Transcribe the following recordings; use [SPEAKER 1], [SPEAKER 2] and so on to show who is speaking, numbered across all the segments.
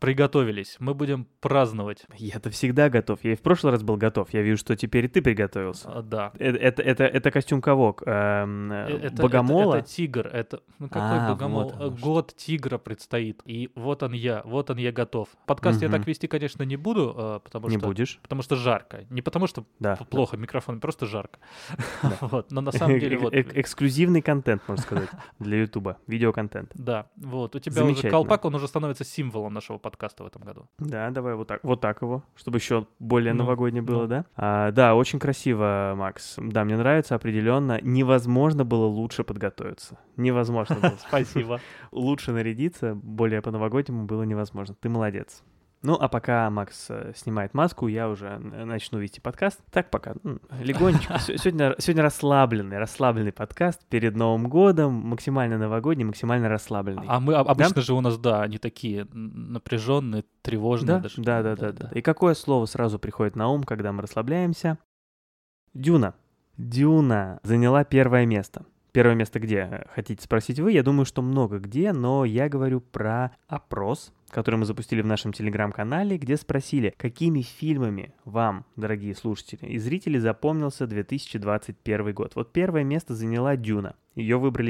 [SPEAKER 1] приготовились. Мы будем праздновать.
[SPEAKER 2] Я-то всегда готов. Я и в прошлый раз был готов. Я вижу, что теперь и ты приготовился.
[SPEAKER 1] Да.
[SPEAKER 2] Это костюм кого? Богомола?
[SPEAKER 1] Это тигр. Какой богомол?
[SPEAKER 2] Вот
[SPEAKER 1] Год тигра предстоит. И вот он я готов. Подкаст я так вести, конечно, не буду, потому что жарко. Не потому что плохо микрофон, просто жарко. Вот. Но на самом деле вот...
[SPEAKER 2] Эксклюзивный контент, можно сказать, для Ютуба. Видеоконтент.
[SPEAKER 1] Да. Вот. У тебя уже колпак, он уже становится символом нашего подкаста в этом году.
[SPEAKER 2] Да, давай вот так его, чтобы еще более новогоднее было, да? Да, очень красиво, Макс. Да, мне нравится определенно. Невозможно было лучше подготовиться. Невозможно было.
[SPEAKER 1] Спасибо.
[SPEAKER 2] Лучше нарядиться, более по-новогоднему было невозможно. Ты молодец. Ну, а пока Макс снимает маску, я уже начну вести подкаст. Так пока, легонечко. Сегодня расслабленный подкаст перед Новым годом, максимально новогодний, максимально расслабленный.
[SPEAKER 1] А мы обычно же у нас, они такие напряженные, тревожные.
[SPEAKER 2] Да. И какое слово сразу приходит на ум, когда мы расслабляемся? Дюна. Дюна заняла первое место. Первое место где? Хотите спросить вы? Я думаю, что много где, но я говорю про опрос, который мы запустили в нашем телеграм-канале, где спросили, какими фильмами вам, дорогие слушатели и зрители, запомнился 2021 год. Вот первое место заняла «Дюна». Ее выбрали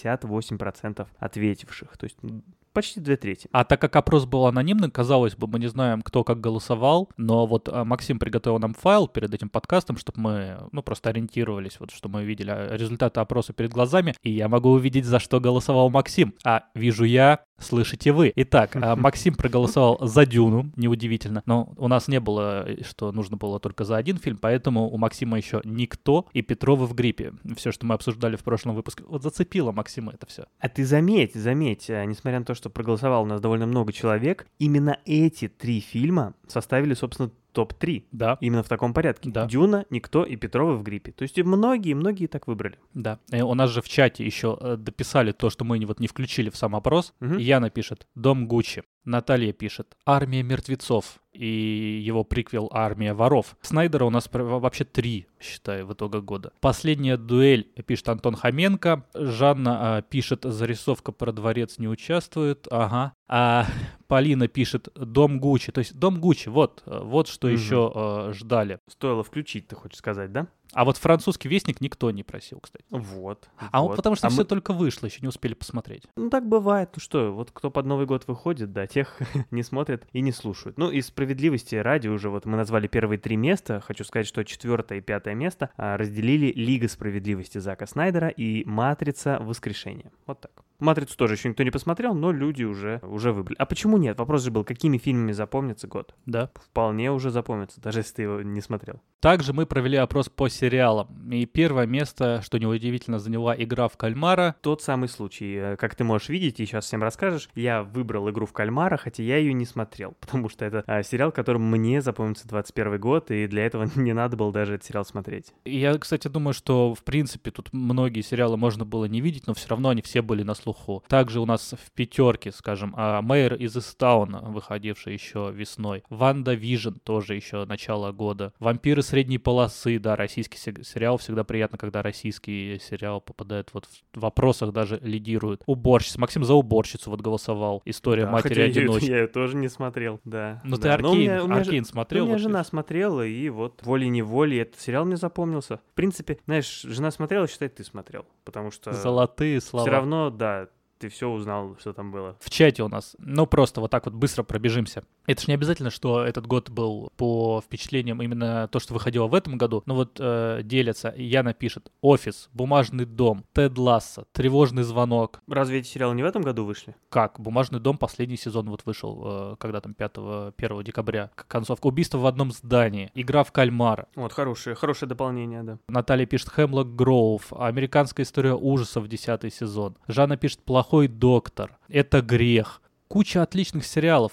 [SPEAKER 2] 58% ответивших, то есть почти 2/3.
[SPEAKER 1] А так как опрос был анонимный, казалось бы, мы не знаем, кто как голосовал, но вот Максим приготовил нам файл перед этим подкастом, чтобы мы, просто ориентировались, вот что мы видели результаты опроса перед глазами, и я могу увидеть, за что голосовал Максим. А вижу я, слышите вы. Итак, Максим проголосовал за «Дюну», неудивительно, но у нас не было, что нужно было только за один фильм, поэтому у Максима еще «Никто» и «Петровы в гриппе». Все, что мы обсуждали в прошлом выпуске, вот зацепило Максима это все.
[SPEAKER 2] А ты заметь, несмотря на то, что проголосовало у нас довольно много человек, именно эти 3 фильма составили, собственно, топ-3.
[SPEAKER 1] Да.
[SPEAKER 2] Именно в таком порядке.
[SPEAKER 1] Да.
[SPEAKER 2] «Дюна», «Никто» и «Петровы в гриппе». То есть многие так выбрали.
[SPEAKER 1] Да. И у нас же в чате еще дописали то, что мы не включили в сам опрос. Яна пишет «Дом Гуччи». Наталья пишет «Армия мертвецов» и его приквел «Армия воров». Снайдера у нас вообще 3, считаю, в итоге года. «Последняя дуэль» пишет Антон Хоменко. Жанна пишет «Зарисовка про дворец не участвует». Ага. А Полина пишет «Дом Гуччи». То есть «Дом Гуччи», вот что еще ждали.
[SPEAKER 2] Стоило включить, ты хочешь сказать, да?
[SPEAKER 1] А вот французский вестник никто не просил, кстати.
[SPEAKER 2] Вот.
[SPEAKER 1] Потому что все только вышло, еще не успели посмотреть.
[SPEAKER 2] Так бывает. Вот кто под Новый год выходит, тех не смотрят и не слушают. Из справедливости ради уже мы назвали первые 3 места. Хочу сказать, что 4 и 5 место разделили «Лига справедливости» Зака Снайдера и «Матрица. Воскрешение». Вот так. «Матрицу» тоже еще никто не посмотрел, но люди уже выбрали. А почему нет? Вопрос же был, какими фильмами запомнится год?
[SPEAKER 1] Да.
[SPEAKER 2] Вполне уже запомнится, даже если ты его не смотрел.
[SPEAKER 1] Также мы провели опрос по сериалам. И первое место, что неудивительно, заняла «Игра в кальмара».
[SPEAKER 2] Тот самый случай. Как ты можешь видеть, и сейчас всем расскажешь, я выбрал «Игру в кальмара», хотя я ее не смотрел, потому что это сериал, которым мне запомнится 21 год, и для этого не надо было даже этот сериал смотреть.
[SPEAKER 1] Я, кстати, думаю, что, в принципе, тут многие сериалы можно было не видеть, но все равно они все были на слуху. Также у нас в 5, скажем, «Мэйр из Истауна», выходивший еще весной. «Ванда Вижн», тоже еще начало года. «Вампиры средней полосы», да, российский сериал. Всегда приятно, когда российский сериал попадает в вопросах, даже лидирует. «Уборщица». Максим за «Уборщицу» голосовал. «История матери-одиночки».
[SPEAKER 2] Я ее тоже не смотрел, да.
[SPEAKER 1] Ну ты Аркейн смотрел?
[SPEAKER 2] У меня жена смотрела, и волей-неволей этот сериал мне запомнился. В принципе, знаешь, жена смотрела, считай, ты смотрел. Потому что...
[SPEAKER 1] Золотые слова.
[SPEAKER 2] Все равно, да, ты все узнал, что там было.
[SPEAKER 1] В чате у нас, просто вот так вот быстро пробежимся. Это ж не обязательно, что этот год был по впечатлениям именно то, что выходило в этом году. Делятся. Яна пишет «Офис», «Бумажный дом», «Тед Лассо», «Тревожный звонок».
[SPEAKER 2] Разве эти сериалы не в этом году вышли?
[SPEAKER 1] Как? «Бумажный дом» последний сезон вышел, когда там 1 декабря. Концовка. «Убийство в одном здании», «Игра в кальмара».
[SPEAKER 2] Вот, хорошее дополнение, да.
[SPEAKER 1] Наталья пишет «Хемлок Гроув», «Американская история ужасов», 10 сезон. Жанна пишет «Плохой доктор», «Это грех». Куча отличных сериалов.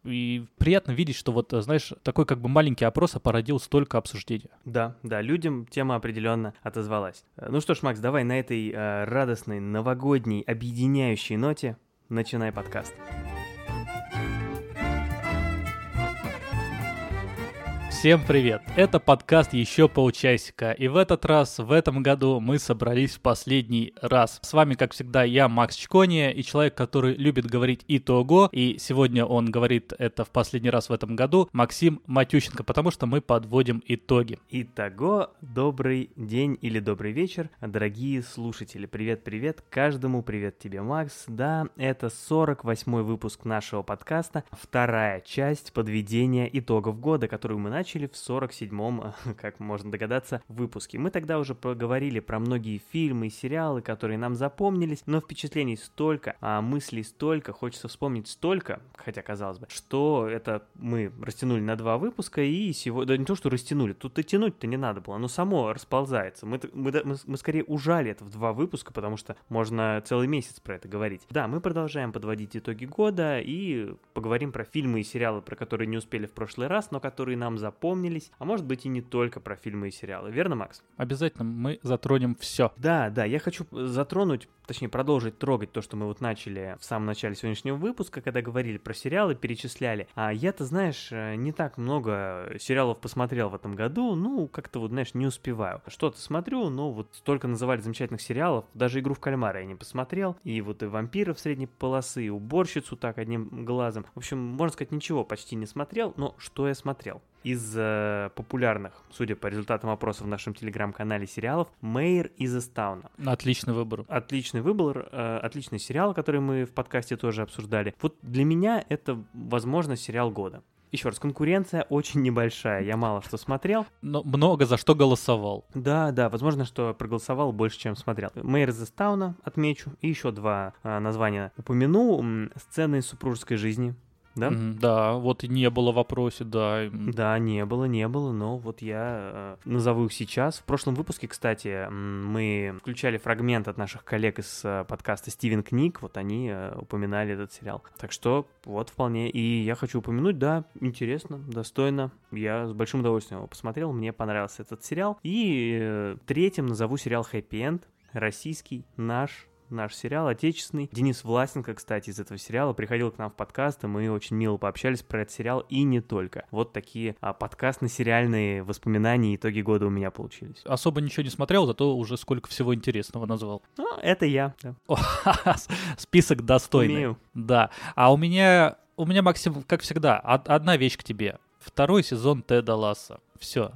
[SPEAKER 1] И приятно видеть, что знаешь, такой маленький опрос породил столько обсуждения.
[SPEAKER 2] Да, людям тема определенно отозвалась. Ну что ж, Макс, давай на этой радостной, новогодней, объединяющей ноте начинай подкаст.
[SPEAKER 1] Всем привет! Это подкаст «Еще полчасика», и в этот раз, в этом году мы собрались в последний раз. С вами, как всегда, я, Макс Чкония, и человек, который любит говорить «итого», и сегодня он говорит это в последний раз в этом году, Максим Матющенко, потому что мы подводим итоги.
[SPEAKER 2] Итого, добрый день или добрый вечер, дорогие слушатели. Привет-привет каждому, привет тебе, Макс. Да, это 48-й выпуск нашего подкаста, вторая часть подведения итогов года, которую мы начали в 47-м, как можно догадаться, выпуске. Мы тогда уже поговорили про многие фильмы и сериалы, которые нам запомнились, но впечатлений столько, а мыслей столько, хочется вспомнить столько, хотя казалось бы, что это мы растянули на 2 выпуска, и сегодня, да не то, что растянули, тут и тянуть-то не надо было, оно само расползается. Мы скорее ужали это в 2 выпуска, потому что можно целый месяц про это говорить. Да, мы продолжаем подводить итоги года и поговорим про фильмы и сериалы, про которые не успели в прошлый раз, но которые нам запомнились, а может быть и не только про фильмы и сериалы. Верно, Макс?
[SPEAKER 1] Обязательно мы затронем все.
[SPEAKER 2] Да, я хочу затронуть, точнее продолжить трогать то, что мы вот начали в самом начале сегодняшнего выпуска, когда говорили про сериалы, перечисляли. А я-то, знаешь, не так много сериалов посмотрел в этом году, ну, как-то вот, знаешь, не успеваю. Что-то смотрю, но вот столько называли замечательных сериалов, даже «Игру в кальмара» я не посмотрел, и вот и «Вампиров» средней полосы, и «Уборщицу» так одним глазом. В общем, можно сказать, ничего почти не смотрел, но что я смотрел? Из популярных, судя по результатам опроса в нашем телеграм-канале сериалов, «Мэйр из Истауна».
[SPEAKER 1] Отличный выбор.
[SPEAKER 2] Отличный выбор, отличный сериал, который мы в подкасте тоже обсуждали. Вот для меня это, возможно, сериал года. Еще раз, конкуренция очень небольшая, я мало что смотрел.
[SPEAKER 1] Но много за что голосовал.
[SPEAKER 2] Да, возможно, что проголосовал больше, чем смотрел. «Мэйр из Истауна» отмечу, и еще 2 названия упомяну. «Сцены из супружеской жизни». Да?
[SPEAKER 1] Да, вот и не было в вопросе, да.
[SPEAKER 2] Да, не было, но вот я назову их сейчас. В прошлом выпуске, кстати, мы включали фрагмент от наших коллег из подкаста «Стивен Книг», вот они упоминали этот сериал. Так что вот вполне, и я хочу упомянуть, да, интересно, достойно. Я с большим удовольствием его посмотрел, мне понравился этот сериал. И третьим назову сериал «Хэппи Энд», российский, наш сериал, отечественный. Денис Власенко, кстати, из этого сериала приходил к нам в подкаст, и мы очень мило пообщались про этот сериал, и не только. Вот такие подкастно-сериальные воспоминания и итоги года у меня получились.
[SPEAKER 1] Особо ничего не смотрел, зато уже сколько всего интересного назвал.
[SPEAKER 2] Ну, это я, да.
[SPEAKER 1] Список достойный.
[SPEAKER 2] Умею.
[SPEAKER 1] Да. А у меня, Максим, как всегда, одна вещь к тебе. 2-й сезон Теда Ласса. Все,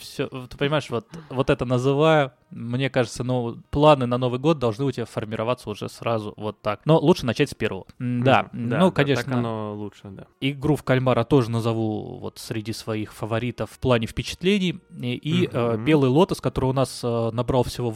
[SPEAKER 1] ты понимаешь, вот это называю. Мне кажется, планы на Новый год должны у тебя формироваться уже сразу вот так. Но лучше начать с 1-го. Да, конечно.
[SPEAKER 2] Так оно лучше, да.
[SPEAKER 1] «Игру в кальмара» тоже назову вот среди своих фаворитов в плане впечатлений. И «Белый лотос», который у нас набрал всего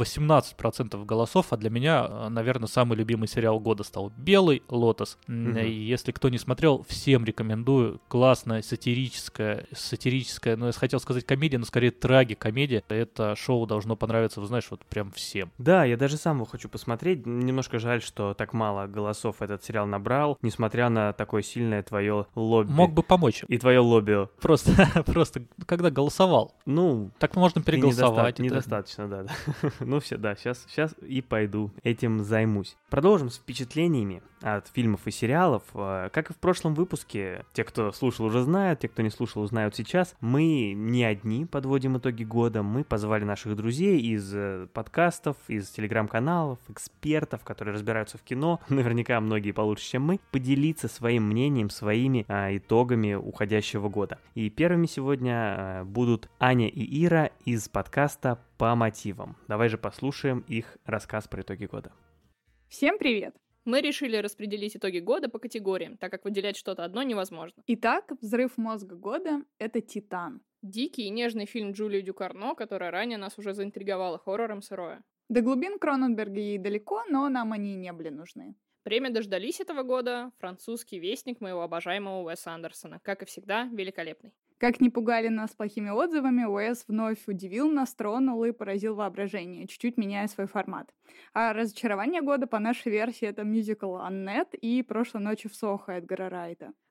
[SPEAKER 1] 18% голосов, а для меня, наверное, самый любимый сериал года стал «Белый лотос». Если кто не смотрел, всем рекомендую. Классная, сатирическая, ну, я хотел сказать комедия, но скорее трагикомедия. Это шоу должно понравиться, вы знаешь, вот прям всем.
[SPEAKER 2] Да, я даже сам его хочу посмотреть. Немножко жаль, что так мало голосов этот сериал набрал, несмотря на такое сильное твое лобби.
[SPEAKER 1] Мог бы помочь.
[SPEAKER 2] И твое лобби.
[SPEAKER 1] Просто когда голосовал.
[SPEAKER 2] Ну,
[SPEAKER 1] так можно переголосовать.
[SPEAKER 2] Недостаточно, да. Ну все, да, сейчас и пойду этим займусь. Продолжим с впечатлениями от фильмов и сериалов. Как и в прошлом выпуске, те, кто слушал, уже знают, те, кто не слушал, узнают сейчас. Мы не одни подводим итоги года, мы позвали наших друзей из подкастов, из телеграм-каналов, экспертов, которые разбираются в кино, наверняка многие получше, чем мы, поделиться своим мнением, своими итогами уходящего года. И первыми сегодня будут Аня и Ира из подкаста «По мотивам». Давай же послушаем их рассказ про итоги года.
[SPEAKER 3] Всем привет!
[SPEAKER 4] Мы решили распределить итоги года по категориям, так как выделять что-то одно невозможно.
[SPEAKER 3] Итак, взрыв мозга года — это «Титан».
[SPEAKER 4] Дикий и нежный фильм Джулии Дюкарно, которая ранее нас уже заинтриговала хоррором сырое.
[SPEAKER 3] До глубин Кроненберга ей далеко, но нам они не были нужны.
[SPEAKER 4] Премия дождались этого года. Французский вестник моего обожаемого Уэса Андерсона. Как и всегда, великолепный.
[SPEAKER 3] Как не пугали нас плохими отзывами, Уэс вновь удивил нас, тронул и поразил воображение, чуть-чуть меняя свой формат. А разочарование года, по нашей версии, это мюзикл «Аннет» и «Прошлой ночи в Сохо» Эдгара Райта.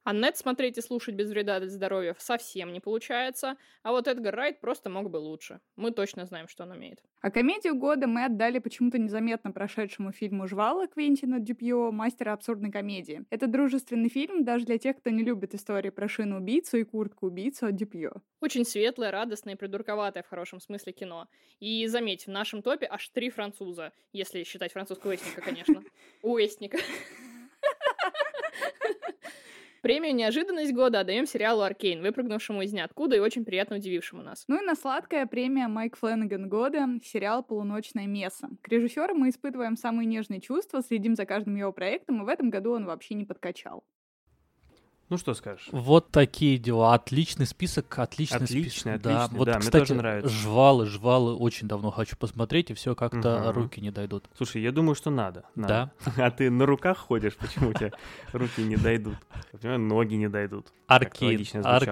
[SPEAKER 4] Аннет смотреть и слушать без вреда для здоровья совсем не получается, а вот Эдгар Райт просто мог бы лучше. Мы точно знаем, что он умеет.
[SPEAKER 3] А комедию года мы отдали почему-то незаметно прошедшему фильму «Жвала» Квентина Дюпье, мастера абсурдной комедии. Это дружественный фильм даже для тех, кто не любит истории про шину-убийцу и куртку-убийцу от Дюпье.
[SPEAKER 4] Очень светлое, радостное и придурковатое в хорошем смысле кино. И заметь, в нашем топе аж 3 француза, если считать французского Уэстника, конечно. Уэстника. Премию «Неожиданность года» отдаем сериалу «Аркейн», выпрыгнувшему из ниоткуда и очень приятно удивившему нас.
[SPEAKER 3] Ну и на сладкая премия Майк Флэнеган года — сериал «Полуночная месса». К режиссеру мы испытываем самые нежные чувства, следим за каждым его проектом, и в этом году он вообще не подкачал.
[SPEAKER 2] Ну что скажешь?
[SPEAKER 1] Вот такие дела. Отличный список, отличный список. Да,
[SPEAKER 2] отличный,
[SPEAKER 1] вот,
[SPEAKER 2] да,
[SPEAKER 1] кстати,
[SPEAKER 2] мне тоже нравится.
[SPEAKER 1] жвалы очень давно хочу посмотреть, и все как-то руки не дойдут.
[SPEAKER 2] Слушай, я думаю, что надо.
[SPEAKER 1] Да.
[SPEAKER 2] А ты на руках ходишь, почему у тебя руки не дойдут? Я понимаю, ноги не дойдут.
[SPEAKER 1] Аркейн.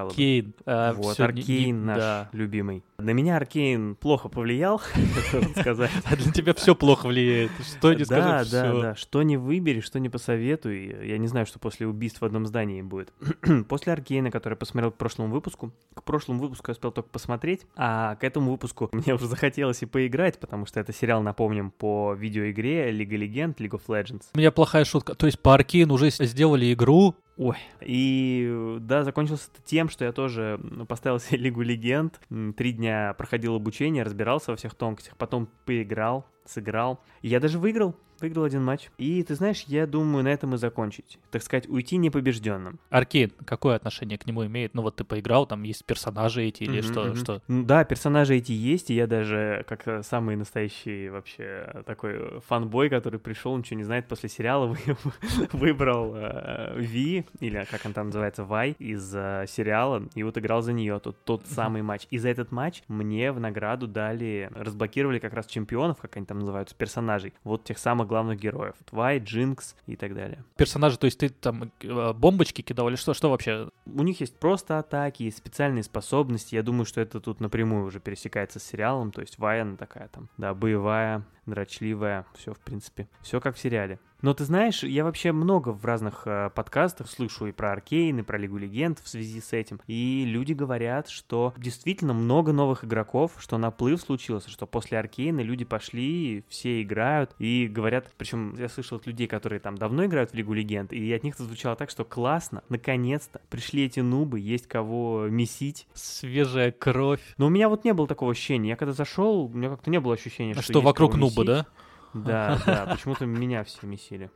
[SPEAKER 2] Вот, Аркейн наш любимый. На меня Аркейн плохо повлиял, хотел сказать.
[SPEAKER 1] А для тебя все плохо влияет. Что не скажи, все.
[SPEAKER 2] Да. Что не выбери, что не посоветуй. Я не знаю, что после убийств в одном здании будет. После Аркейна, который я посмотрел к прошлому выпуску я успел только посмотреть, а к этому выпуску мне уже захотелось и поиграть, потому что это сериал, напомним, по видеоигре League of Legends, League of Legends.
[SPEAKER 1] У меня плохая шутка. То есть по Аркейну уже сделали игру.
[SPEAKER 2] Ой, и да, закончился это тем, что я тоже поставил себе Лигу Легенд, 3 дня проходил обучение, разбирался во всех тонкостях, потом поиграл, сыграл, и я даже выиграл 1 матч. И ты знаешь, я думаю, на этом и закончить. Так сказать, уйти непобежденным.
[SPEAKER 1] Аркейн, какое отношение к нему имеет? Ну вот ты поиграл, там есть персонажи эти или что?
[SPEAKER 2] Ну, да, персонажи эти есть, и я даже, как самый настоящий вообще такой фанбой, который пришел, ничего не знает, после сериала выбрал Ви, или как он там называется, Вай, из сериала, и вот играл за нее, тот самый матч. И за этот матч мне в награду разблокировали как раз чемпионов, как они там называются, персонажей, вот тех самых главных героев. Твай, Джинкс и так далее.
[SPEAKER 1] Персонажи, то есть ты там бомбочки кидал или что вообще?
[SPEAKER 2] У них есть просто атаки, есть специальные способности. Я думаю, что это тут напрямую уже пересекается с сериалом. То есть Вай, она такая там, да, боевая, дрочливая, все в принципе. Все как в сериале. Но ты знаешь, я вообще много в разных подкастах слышу и про Аркейн, и про Лигу Легенд в связи с этим. И люди говорят, что действительно много новых игроков, что наплыв случился, что после Аркейна люди пошли, все играют и говорят, причем я слышал от людей, которые там давно играют в Лигу Легенд, и от них это звучало так, что классно, наконец-то пришли эти нубы, есть кого месить.
[SPEAKER 1] Свежая кровь.
[SPEAKER 2] Но у меня вот не было такого ощущения. Я когда зашел, у меня как-то не было ощущения, что есть
[SPEAKER 1] вокруг
[SPEAKER 2] кого
[SPEAKER 1] нуба,
[SPEAKER 2] месить.
[SPEAKER 1] да?
[SPEAKER 2] Да, почему-то меня все месили.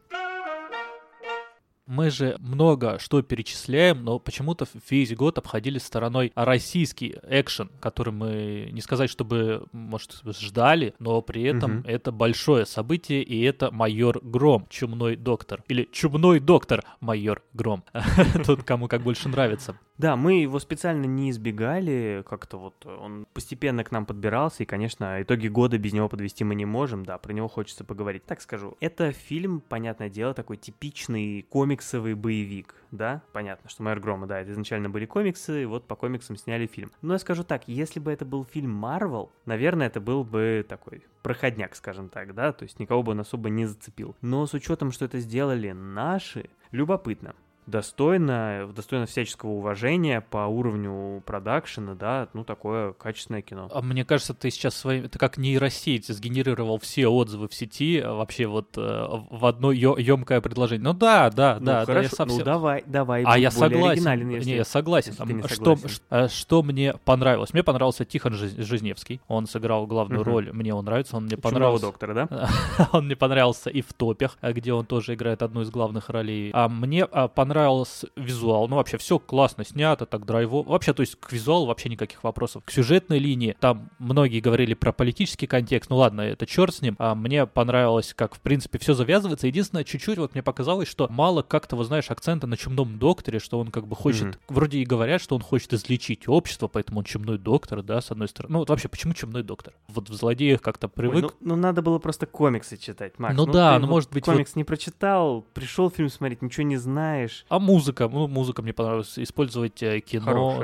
[SPEAKER 1] Мы же много что перечисляем, но почему-то весь год обходили стороной российский экшен, который мы, не сказать, чтобы, может, ждали, но при этом это большое событие, и это «Майор Гром», «Чумной доктор». Или «Чумной доктор», «Майор Гром». Тут кому как больше нравится.
[SPEAKER 2] Да, мы его специально не избегали, как-то вот он постепенно к нам подбирался, и, конечно, итоги года без него подвести мы не можем, да, про него хочется поговорить. Так скажу, это фильм, понятное дело, такой типичный комиксовый боевик, да, понятно, что «Майор Грома», да, это изначально были комиксы, и вот по комиксам сняли фильм. Но я скажу так, если бы это был фильм Marvel, наверное, это был бы такой проходняк, скажем так, да, то есть никого бы он особо не зацепил. Но с учетом, что это сделали наши, любопытно. Достойно всяческого уважения по уровню продакшена, да, ну, такое качественное кино.
[SPEAKER 1] А мне кажется, ты сейчас ты как нейросеть сгенерировал все отзывы в сети вообще вот в одно ёмкое предложение. Ну да,
[SPEAKER 2] хорошо,
[SPEAKER 1] я сам
[SPEAKER 2] давай.
[SPEAKER 1] А я согласен.
[SPEAKER 2] Оригинален, если...
[SPEAKER 1] Не, я согласен.
[SPEAKER 2] Если ты не согласен.
[SPEAKER 1] Что мне понравилось? Мне понравился Тихон Жизневский. Он сыграл главную роль. Мне он нравится. Он мне понравился.
[SPEAKER 2] Доктора, да?
[SPEAKER 1] Он мне понравился и в «Топях», где он тоже играет одну из главных ролей. А мне понравился визуал. Ну, вообще, все классно снято, так драйво. Вообще, то есть, к визуалу вообще никаких вопросов. К сюжетной линии, там многие говорили про политический контекст. Ну, ладно, это черт с ним. А мне понравилось, как, в принципе, все завязывается. Единственное, чуть-чуть вот мне показалось, что мало как-то, вот знаешь, акцента на чумном докторе, что он как бы хочет... Вроде и говорят, что он хочет излечить общество, поэтому он чумной доктор, да, с одной стороны. Ну, вот вообще, почему чумной доктор? Вот в «Злодеях» как-то привык.
[SPEAKER 2] Ой, ну, надо было просто комиксы читать, Макс.
[SPEAKER 1] Ну да, ну, может быть...
[SPEAKER 2] Комикс не прочитал, пришел фильм смотреть, ничего не знаешь.
[SPEAKER 1] А музыка? Ну, музыка мне понравилась. Использовать кино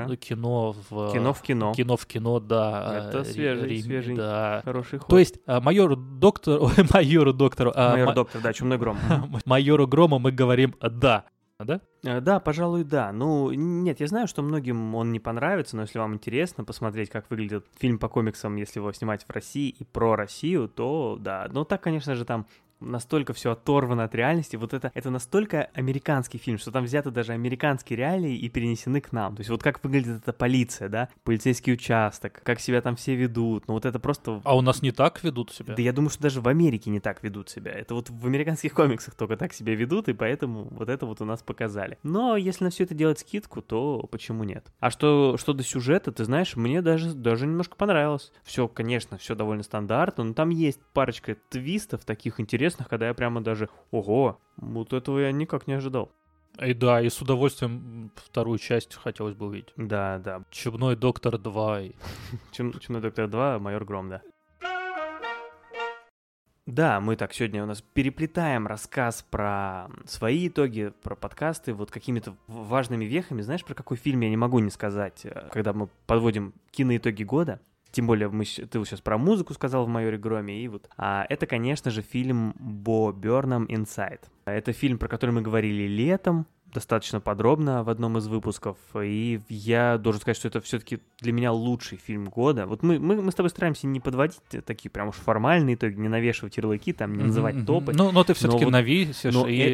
[SPEAKER 1] в кино, да.
[SPEAKER 2] Это свежий,
[SPEAKER 1] да.
[SPEAKER 2] Хороший ход.
[SPEAKER 1] То есть майору доктору...
[SPEAKER 2] Майор доктор, да, Чумной Гром.
[SPEAKER 1] Майору Грома мы говорим «да». да?
[SPEAKER 2] Да, пожалуй, да. Ну, нет, я знаю, что многим он не понравится, но если вам интересно посмотреть, как выглядит фильм по комиксам, если его снимать в России и про Россию, то да. Но так, конечно же, там настолько все оторвано от реальности. Вот это настолько американский фильм, что там взяты даже американские реалии и перенесены к нам. То есть вот как выглядит эта полиция, да, полицейский участок, как себя там все ведут. Ну вот это просто...
[SPEAKER 1] А у нас не так ведут себя?
[SPEAKER 2] Да я думаю, что даже в Америке не так ведут себя. Это вот в американских комиксах только так себя ведут, и поэтому вот это вот у нас показали. Но если на все это делать скидку, то почему нет? А что до сюжета, ты знаешь, мне даже немножко понравилось. Все, конечно, все довольно стандартно, но там есть парочка твистов таких интересных, когда я прямо даже, ого, вот этого я никак не ожидал.
[SPEAKER 1] И да, и с удовольствием вторую часть хотелось бы увидеть.
[SPEAKER 2] Да.
[SPEAKER 1] Чумной доктор 2.
[SPEAKER 2] Чумной доктор 2, майор Гром, да. Да, мы так сегодня у нас переплетаем рассказ про свои итоги, про подкасты, вот какими-то важными вехами. Знаешь, про какой фильм я не могу не сказать, когда мы подводим киноитоги года? Тем более, ты вот сейчас про музыку сказал в «Майоре Громе», и вот. А это, конечно же, фильм Бо Бёрнам «Инсайд». Это фильм, про который мы говорили летом, достаточно подробно в одном из выпусков, и я должен сказать, что это все-таки для меня лучший фильм года. Вот мы с тобой стараемся не подводить такие прям уж формальные итоги, не навешивать ярлыки, там, не называть топы.
[SPEAKER 1] Но ты все-таки
[SPEAKER 2] вот,
[SPEAKER 1] навесишь.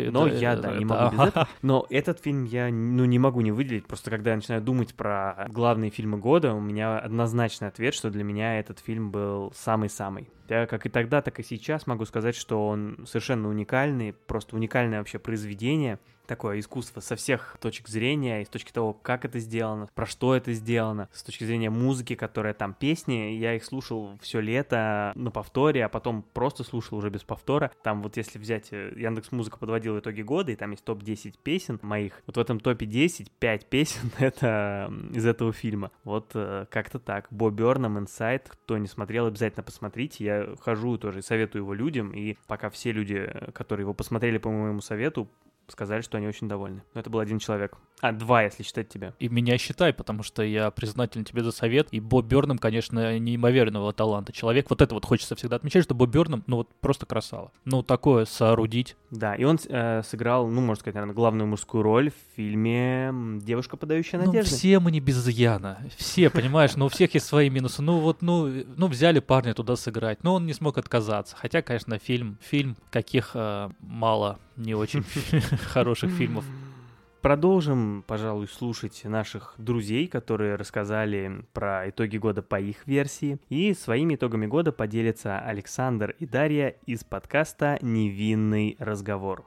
[SPEAKER 2] Не могу без этого. Но этот фильм я не могу не выделить, просто когда я начинаю думать про главные фильмы года, у меня однозначный ответ, что для меня этот фильм был самый-самый. Я как и тогда, так и сейчас могу сказать, что он совершенно уникальный, просто уникальное вообще произведение, такое искусство со всех точек зрения, и с точки того, как это сделано, про что это сделано, с точки зрения музыки, которая там песни, я их слушал все лето на повторе, а потом просто слушал уже без повтора. Там вот если взять, Яндекс.Музыка подводил итоги года, и там есть топ-10 песен моих, вот в этом топе 10, 5 песен это из этого фильма. Вот как-то так. Бо Бёрнам «Инсайд», кто не смотрел, обязательно посмотрите. Я хожу тоже и советую его людям, и пока все люди, которые его посмотрели по моему совету, сказали, что они очень довольны. Но это был один человек. 2, если считать тебя.
[SPEAKER 1] И меня считай, потому что я признателен тебе за совет. И Бо Бёрнам, конечно, неимоверного таланта человек. Вот это вот хочется всегда отмечать, что Бо Бёрнам, ну вот просто красава. Ну такое соорудить.
[SPEAKER 2] Да, и он сыграл, ну, можно сказать, наверное, главную мужскую роль в фильме «Девушка, подающая надежды».
[SPEAKER 1] Ну все мы не без изъяна. Все, понимаешь, но у всех есть свои минусы. Ну взяли парня туда сыграть, но он не смог отказаться. Хотя, конечно, фильм каких мало не очень хороших фильмов.
[SPEAKER 2] Продолжим, пожалуй, слушать наших друзей, которые рассказали про итоги года по их версии. И своими итогами года поделятся Александр и Дарья из подкаста «Невинный разговор».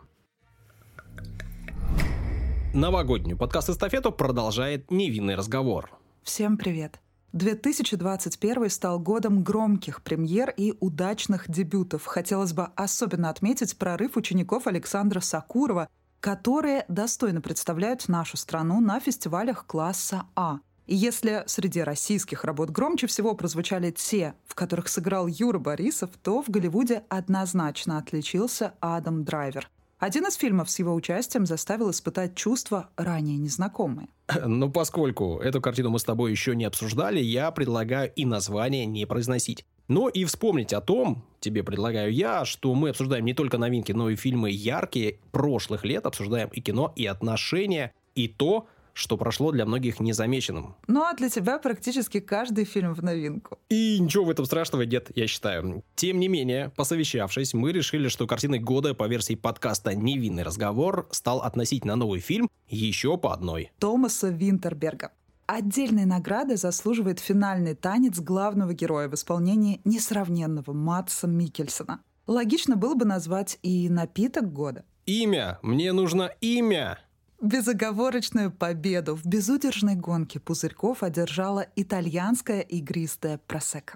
[SPEAKER 5] Новогоднюю подкаст-эстафету продолжает «Невинный разговор».
[SPEAKER 6] Всем привет! 2021 стал годом громких премьер и удачных дебютов. Хотелось бы особенно отметить прорыв учеников Александра Сакурова, которые достойно представляют нашу страну на фестивалях класса А. И если среди российских работ громче всего прозвучали те, в которых сыграл Юра Борисов, то в Голливуде однозначно отличился Адам Драйвер. Один из фильмов с его участием заставил испытать чувства, ранее незнакомые.
[SPEAKER 5] Но поскольку эту картину мы с тобой еще не обсуждали, я предлагаю и название не произносить. Но и вспомнить о том, тебе предлагаю я, что мы обсуждаем не только новинки, но и фильмы яркие прошлых лет, обсуждаем и кино, и отношения, и то, что прошло для многих незамеченным.
[SPEAKER 6] Ну а для тебя практически каждый фильм в новинку.
[SPEAKER 5] И ничего в этом страшного нет, я считаю. Тем не менее, посовещавшись, мы решили, что картиной года по версии подкаста «Невинный разговор» стал относительно новый фильм еще по одной.
[SPEAKER 6] Томаса Винтерберга. Отдельной награды заслуживает финальный танец главного героя в исполнении несравненного Мадса Миккельсена. Логично было бы назвать и напиток года.
[SPEAKER 5] Имя! Мне нужно имя!
[SPEAKER 6] Безоговорочную победу в безудержной гонке пузырьков одержала итальянская игристая просекко.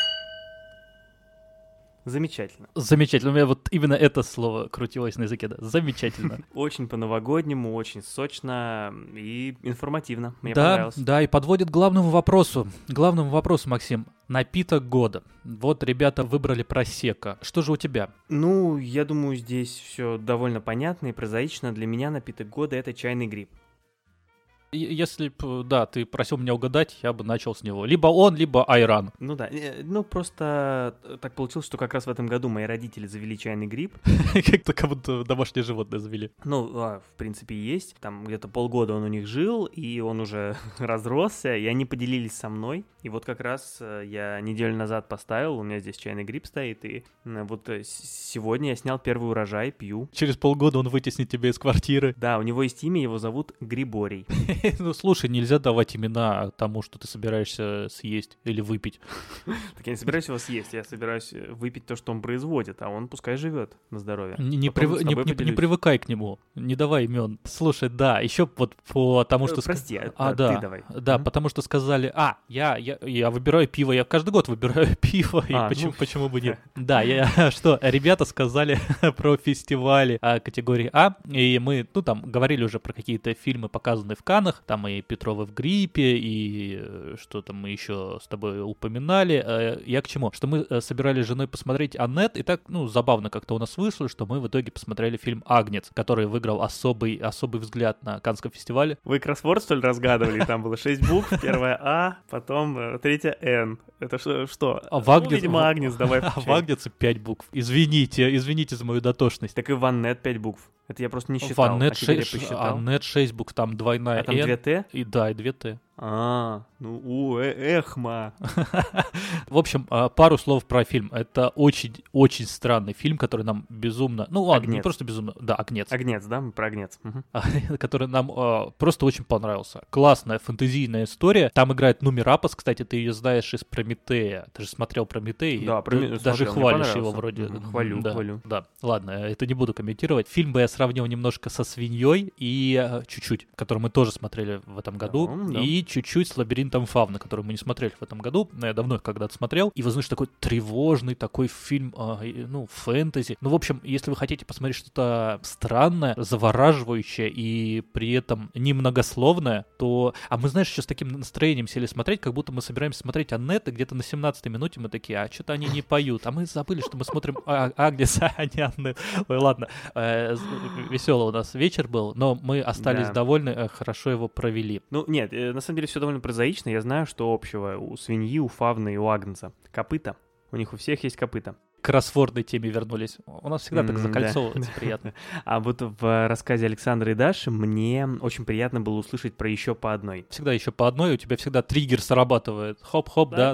[SPEAKER 2] Замечательно.
[SPEAKER 1] Замечательно. У меня вот именно это слово крутилось на языке, да. Замечательно.
[SPEAKER 2] Очень по-новогоднему, очень сочно и информативно. Мне понравилось.
[SPEAKER 1] Да, и подводит к главному вопросу. Главному вопросу, Максим. Напиток года. Вот ребята выбрали просекко. Что же у тебя?
[SPEAKER 2] Ну, я думаю, здесь все довольно понятно и прозаично. Для меня напиток года — это чайный гриб.
[SPEAKER 1] Если б, да, ты просил меня угадать, я бы начал с него. Либо он, либо Айран.
[SPEAKER 2] Ну да, просто так получилось, что как раз в этом году мои родители завели чайный гриб.
[SPEAKER 1] Как будто домашнее животное завели.
[SPEAKER 2] Ну, в принципе, есть. Там где-то полгода он у них жил, и он уже разросся, и они поделились со мной. И вот как раз я неделю назад поставил, у меня здесь чайный гриб стоит, и вот сегодня я снял первый урожай, пью.
[SPEAKER 1] Через полгода он вытеснит тебя из квартиры.
[SPEAKER 2] Да, у него есть имя, его зовут Гриборий.
[SPEAKER 1] Ну, слушай, нельзя давать имена тому, что ты собираешься съесть или выпить.
[SPEAKER 2] Так я не собираюсь его съесть, я собираюсь выпить то, что он производит, а он пускай живет на здоровье.
[SPEAKER 1] Не привыкай к нему, не давай имен. Слушай, да, еще вот по тому, что...
[SPEAKER 2] Прости,
[SPEAKER 1] ты
[SPEAKER 2] давай.
[SPEAKER 1] Да, потому что сказали, я выбираю пиво, я каждый год выбираю пиво, и почему бы нет? Да, ребята сказали про фестивали категории А, и мы, там, говорили уже про какие-то фильмы, показанные в Каннах, там и Петровы в гриппе, и что там мы еще с тобой упоминали. Я к чему? Что мы собирались с женой посмотреть Аннет, и так, забавно как-то у нас вышло, что мы в итоге посмотрели фильм «Агнец», который выиграл особый взгляд на Каннском фестивале.
[SPEAKER 2] Вы кроссворд, что ли, разгадывали? Там было 6 букв, первая А, потом третья Н. Это что? Видимо, Агнец, давай.
[SPEAKER 1] А в Агнце 5 букв. Извините за мою дотошность.
[SPEAKER 2] Так и в Аннет 5 букв. Это я просто не считал.
[SPEAKER 1] Аннет 6 букв, там двойная Н.
[SPEAKER 2] А там 2 Т?
[SPEAKER 1] И 2 Т.
[SPEAKER 2] Эхма.
[SPEAKER 1] В общем, пару слов про фильм. Это очень странный фильм, который нам безумно... Ну ладно,
[SPEAKER 2] Агнец.
[SPEAKER 1] Не просто безумно... Да, «Агнец».
[SPEAKER 2] Агнец, да? Про Агнец.
[SPEAKER 1] Который нам просто очень понравился. Классная фэнтезийная история. Там играет Нуми Рапас, кстати, ты ее знаешь из «Прометея». Ты же смотрел «Прометей».
[SPEAKER 2] Да,
[SPEAKER 1] даже хвалишь его вроде.
[SPEAKER 2] Хвалю.
[SPEAKER 1] Да, ладно, это не буду комментировать. Фильм бы я сравнил немножко со «Свиньей» и чуть-чуть, который мы тоже смотрели в этом году. И чуть-чуть с «Лабиринтом Фавна», который мы не смотрели в этом году, но я давно их когда-то смотрел. И вы знаете, такой тревожный такой фильм, фэнтези. В общем, если вы хотите посмотреть что-то странное, завораживающее и при этом немногословное, то... А мы, знаешь, еще с таким настроением сели смотреть, как будто мы собираемся смотреть Аннет, и где-то на 17-й минуте мы такие, что-то они не поют. А мы забыли, что мы смотрим Агнеса, а не Аннет. Ой, ладно. Веселый у нас вечер был, но мы остались довольны, хорошо его провели.
[SPEAKER 2] Нет, на самом деле все довольно прозаично. Я знаю, что общего у свиньи, у фавны и у агнца. Копыта. У них у всех есть копыта.
[SPEAKER 1] К кроссвордной теме вернулись. У нас всегда так закольцовывается приятно.
[SPEAKER 2] А вот в рассказе Александры и Даши мне очень приятно было услышать про еще по одной.
[SPEAKER 1] Всегда еще по одной, у тебя всегда триггер срабатывает. Хоп-хоп, да.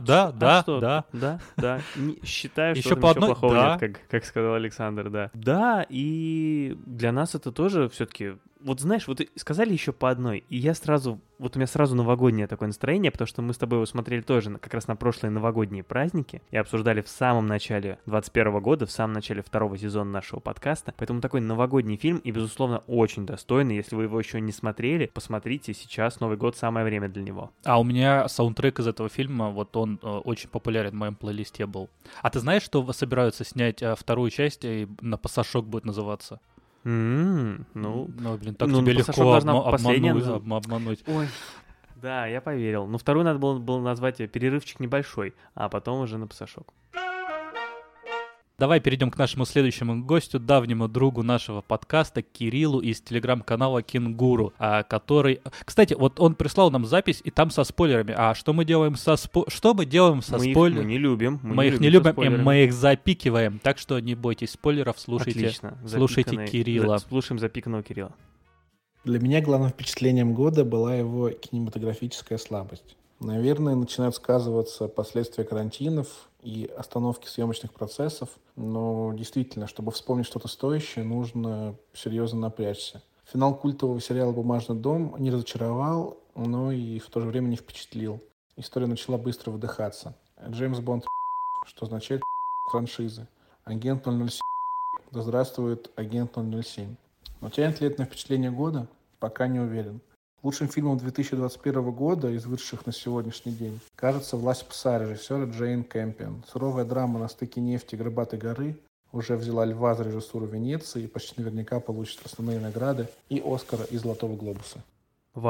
[SPEAKER 2] Считаю, что
[SPEAKER 1] еще по одной,
[SPEAKER 2] плохого нет, как сказал Александр, да. Да, и для нас это тоже все-таки... Вот знаешь, вот сказали еще по одной, и я сразу... Вот у меня сразу новогоднее такое настроение, потому что мы с тобой его смотрели тоже как раз на прошлые новогодние праздники и обсуждали в самом начале 2021 года, в самом начале 2-го сезона нашего подкаста. Поэтому такой новогодний фильм и, безусловно, очень достойный. Если вы его еще не смотрели, посмотрите сейчас, Новый год, самое время для него.
[SPEAKER 1] А у меня саундтрек из этого фильма, вот он очень популярен в моем плейлисте был. А ты знаешь, что собираются снять вторую часть, и на «Пасашок» будет называться? Так тебе легко обмануть.
[SPEAKER 2] Ой, да, я поверил. Но вторую надо было назвать перерывчик небольшой, а потом уже на «Пасашок».
[SPEAKER 1] Давай перейдем к нашему следующему гостю, давнему другу нашего подкаста, Кириллу из телеграм-канала «Кенгуру», который... Кстати, вот он прислал нам запись, и там со спойлерами. А что мы делаем со спойлерами?
[SPEAKER 2] Мы не любим.
[SPEAKER 1] Мы их не любим, и мы их запикиваем. Так что не бойтесь спойлеров, слушайте Кирилла.
[SPEAKER 2] Слушаем запиканного Кирилла.
[SPEAKER 7] Для меня главным впечатлением года была его кинематографическая слабость. Наверное, начинают сказываться последствия карантинов и остановки съемочных процессов, но действительно, чтобы вспомнить что-то стоящее, нужно серьезно напрячься. Финал культового сериала «Бумажный дом» не разочаровал, но и в то же время не впечатлил. История начала быстро выдыхаться. Джеймс Бонд, что означает франшизы. Агент 007, да здравствует агент 007. Но тянет ли это на впечатление года? Пока не уверен. Лучшим фильмом 2021 года из вышедших на сегодняшний день кажется «Власть пса» режиссера Джейн Кэмпион. Суровая драма на стыке нефти и Горбатой горы уже взяла льва за режиссуру Венеции и почти наверняка получит основные награды и Оскара, и Золотого глобуса.
[SPEAKER 2] Вау!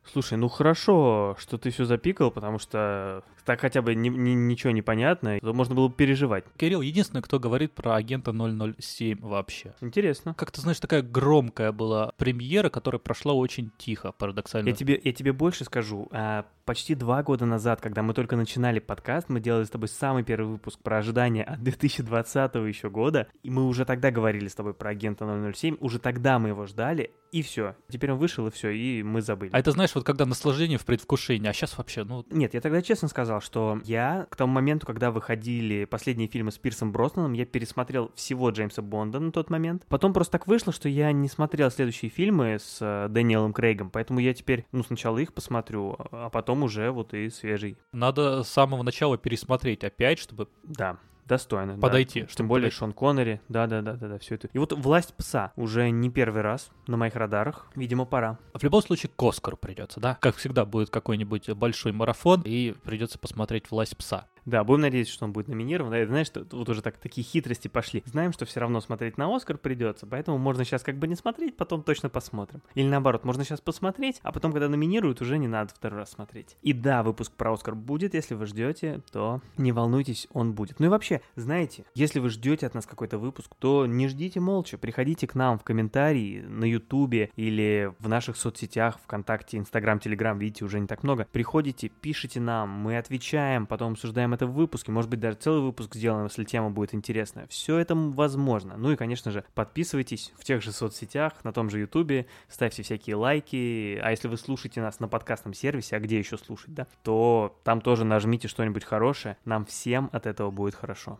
[SPEAKER 2] Слушай, ну хорошо, что ты все запикал, потому что так хотя бы ничего не понятно, то можно было бы переживать.
[SPEAKER 1] Кирилл единственный, кто говорит про агента 007 вообще.
[SPEAKER 2] Интересно.
[SPEAKER 1] Как ты знаешь, такая громкая была премьера, которая прошла очень тихо, парадоксально.
[SPEAKER 2] Я тебе больше скажу. Почти 2 года назад, когда мы только начинали подкаст, мы делали с тобой самый первый выпуск про ожидания от 2020 еще года, и мы уже тогда говорили с тобой про агента 007, уже тогда мы его ждали, и все. Теперь он вышел, и все, и мы забыли.
[SPEAKER 1] А это, знаешь, вот когда наслаждение в предвкушении, а сейчас вообще, ну...
[SPEAKER 2] Нет, я тогда честно сказал, что я к тому моменту, когда выходили последние фильмы с Пирсом Броснаном, я пересмотрел всего Джеймса Бонда на тот момент. Потом просто так вышло, что я не смотрел следующие фильмы с Дэниелом Крейгом, поэтому я теперь, сначала их посмотрю, а потом уже вот и свежий.
[SPEAKER 1] Надо с самого начала пересмотреть опять, чтобы...
[SPEAKER 2] Да. Достойно.
[SPEAKER 1] Подойти.
[SPEAKER 2] Да. Тем более Шон Коннери. Да, все это. И вот «Власть пса» уже не первый раз на моих радарах. Видимо, пора.
[SPEAKER 1] В любом случае к Оскару придется, да? Как всегда, будет какой-нибудь большой марафон, и придется посмотреть «Власть пса».
[SPEAKER 2] Да, будем надеяться, что он будет номинирован. Да, знаешь, что вот уже такие хитрости пошли. Знаем, что все равно смотреть на Оскар придется, поэтому можно сейчас как бы не смотреть, потом точно посмотрим. Или наоборот, можно сейчас посмотреть, а потом, когда номинируют, уже не надо второй раз смотреть. И да, выпуск про Оскар будет, если вы ждете, то не волнуйтесь, он будет. Ну и вообще, знаете, если вы ждете от нас какой-то выпуск, то не ждите молча, приходите к нам в комментарии на Ютубе или в наших соцсетях, ВКонтакте, Инстаграм, Телеграм, видите, уже не так много. Приходите, пишите нам, мы отвечаем, потом обсуждаем это в выпуске, может быть, даже целый выпуск сделаем, если тема будет интересная. Все это возможно. Ну и, конечно же, подписывайтесь в тех же соцсетях, на том же Ютубе, ставьте всякие лайки, а если вы слушаете нас на подкастном сервисе, а где еще слушать, да, то там тоже нажмите что-нибудь хорошее, нам всем от этого будет хорошо.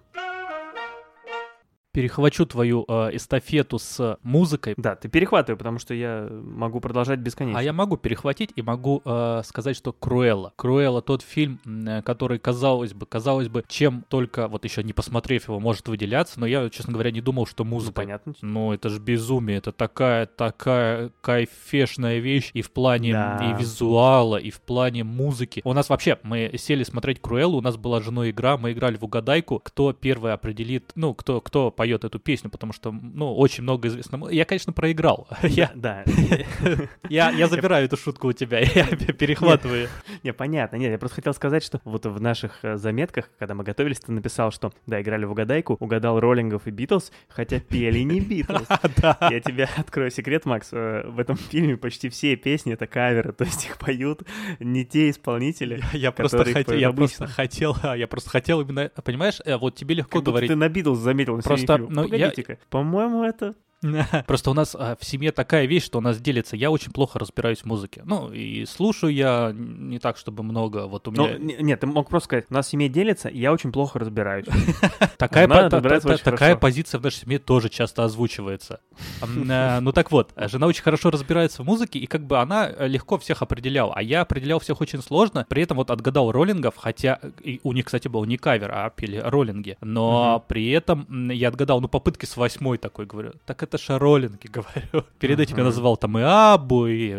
[SPEAKER 1] Перехвачу твою эстафету с музыкой.
[SPEAKER 2] Да, ты перехватывай, потому что я могу продолжать бесконечно.
[SPEAKER 1] А я могу перехватить и могу сказать, что «Круэлла». «Круэлла» — тот фильм, который, казалось бы, чем только, вот еще не посмотрев его, может выделяться, но я, честно говоря, не думал, что музыка...
[SPEAKER 2] Ну, понятно.
[SPEAKER 1] Ну, это же безумие, это такая кайфешная вещь и в плане и визуала, и в плане музыки. У нас вообще, мы сели смотреть «Круэллу», у нас была с женой игра, мы играли в угадайку, кто первый определит, кто поет эту песню, потому что, очень много известно. Я, конечно, проиграл.
[SPEAKER 2] Да.
[SPEAKER 1] Я забираю эту шутку у тебя, я перехватываю.
[SPEAKER 2] Не, понятно. Нет, я просто хотел сказать, что вот в наших заметках, когда мы готовились, ты написал, что, да, играли в угадайку, угадал Роллингов и Битлз, хотя пели не Битлз. Я тебе открою секрет, Макс. В этом фильме почти все песни — это каверы, то есть их поют не те исполнители,
[SPEAKER 1] Я просто хотел именно, понимаешь, вот тебе легко говорить.
[SPEAKER 2] Ты на Битлз заметил на середине. Погодите-ка, по-моему, это...
[SPEAKER 1] Просто у нас в семье такая вещь, что у нас делится. Я очень плохо разбираюсь в музыке. Ну, и слушаю я не так, чтобы много. Вот у меня...
[SPEAKER 2] Нет, ты мог просто сказать, у нас в семье делится, и я очень плохо разбираюсь.
[SPEAKER 1] Такая позиция в нашей семье тоже часто озвучивается. Ну так вот, жена очень хорошо разбирается в музыке, и как бы она легко всех определяла. А я определял всех очень сложно. При этом вот отгадал Роллингов, хотя у них, кстати, был не кавер, а пели Роллинги. Но при этом я отгадал, попытки с 8-й такой, говорю. Так это же Роллинги, говорю. Перед этим я называл там и Аббу, и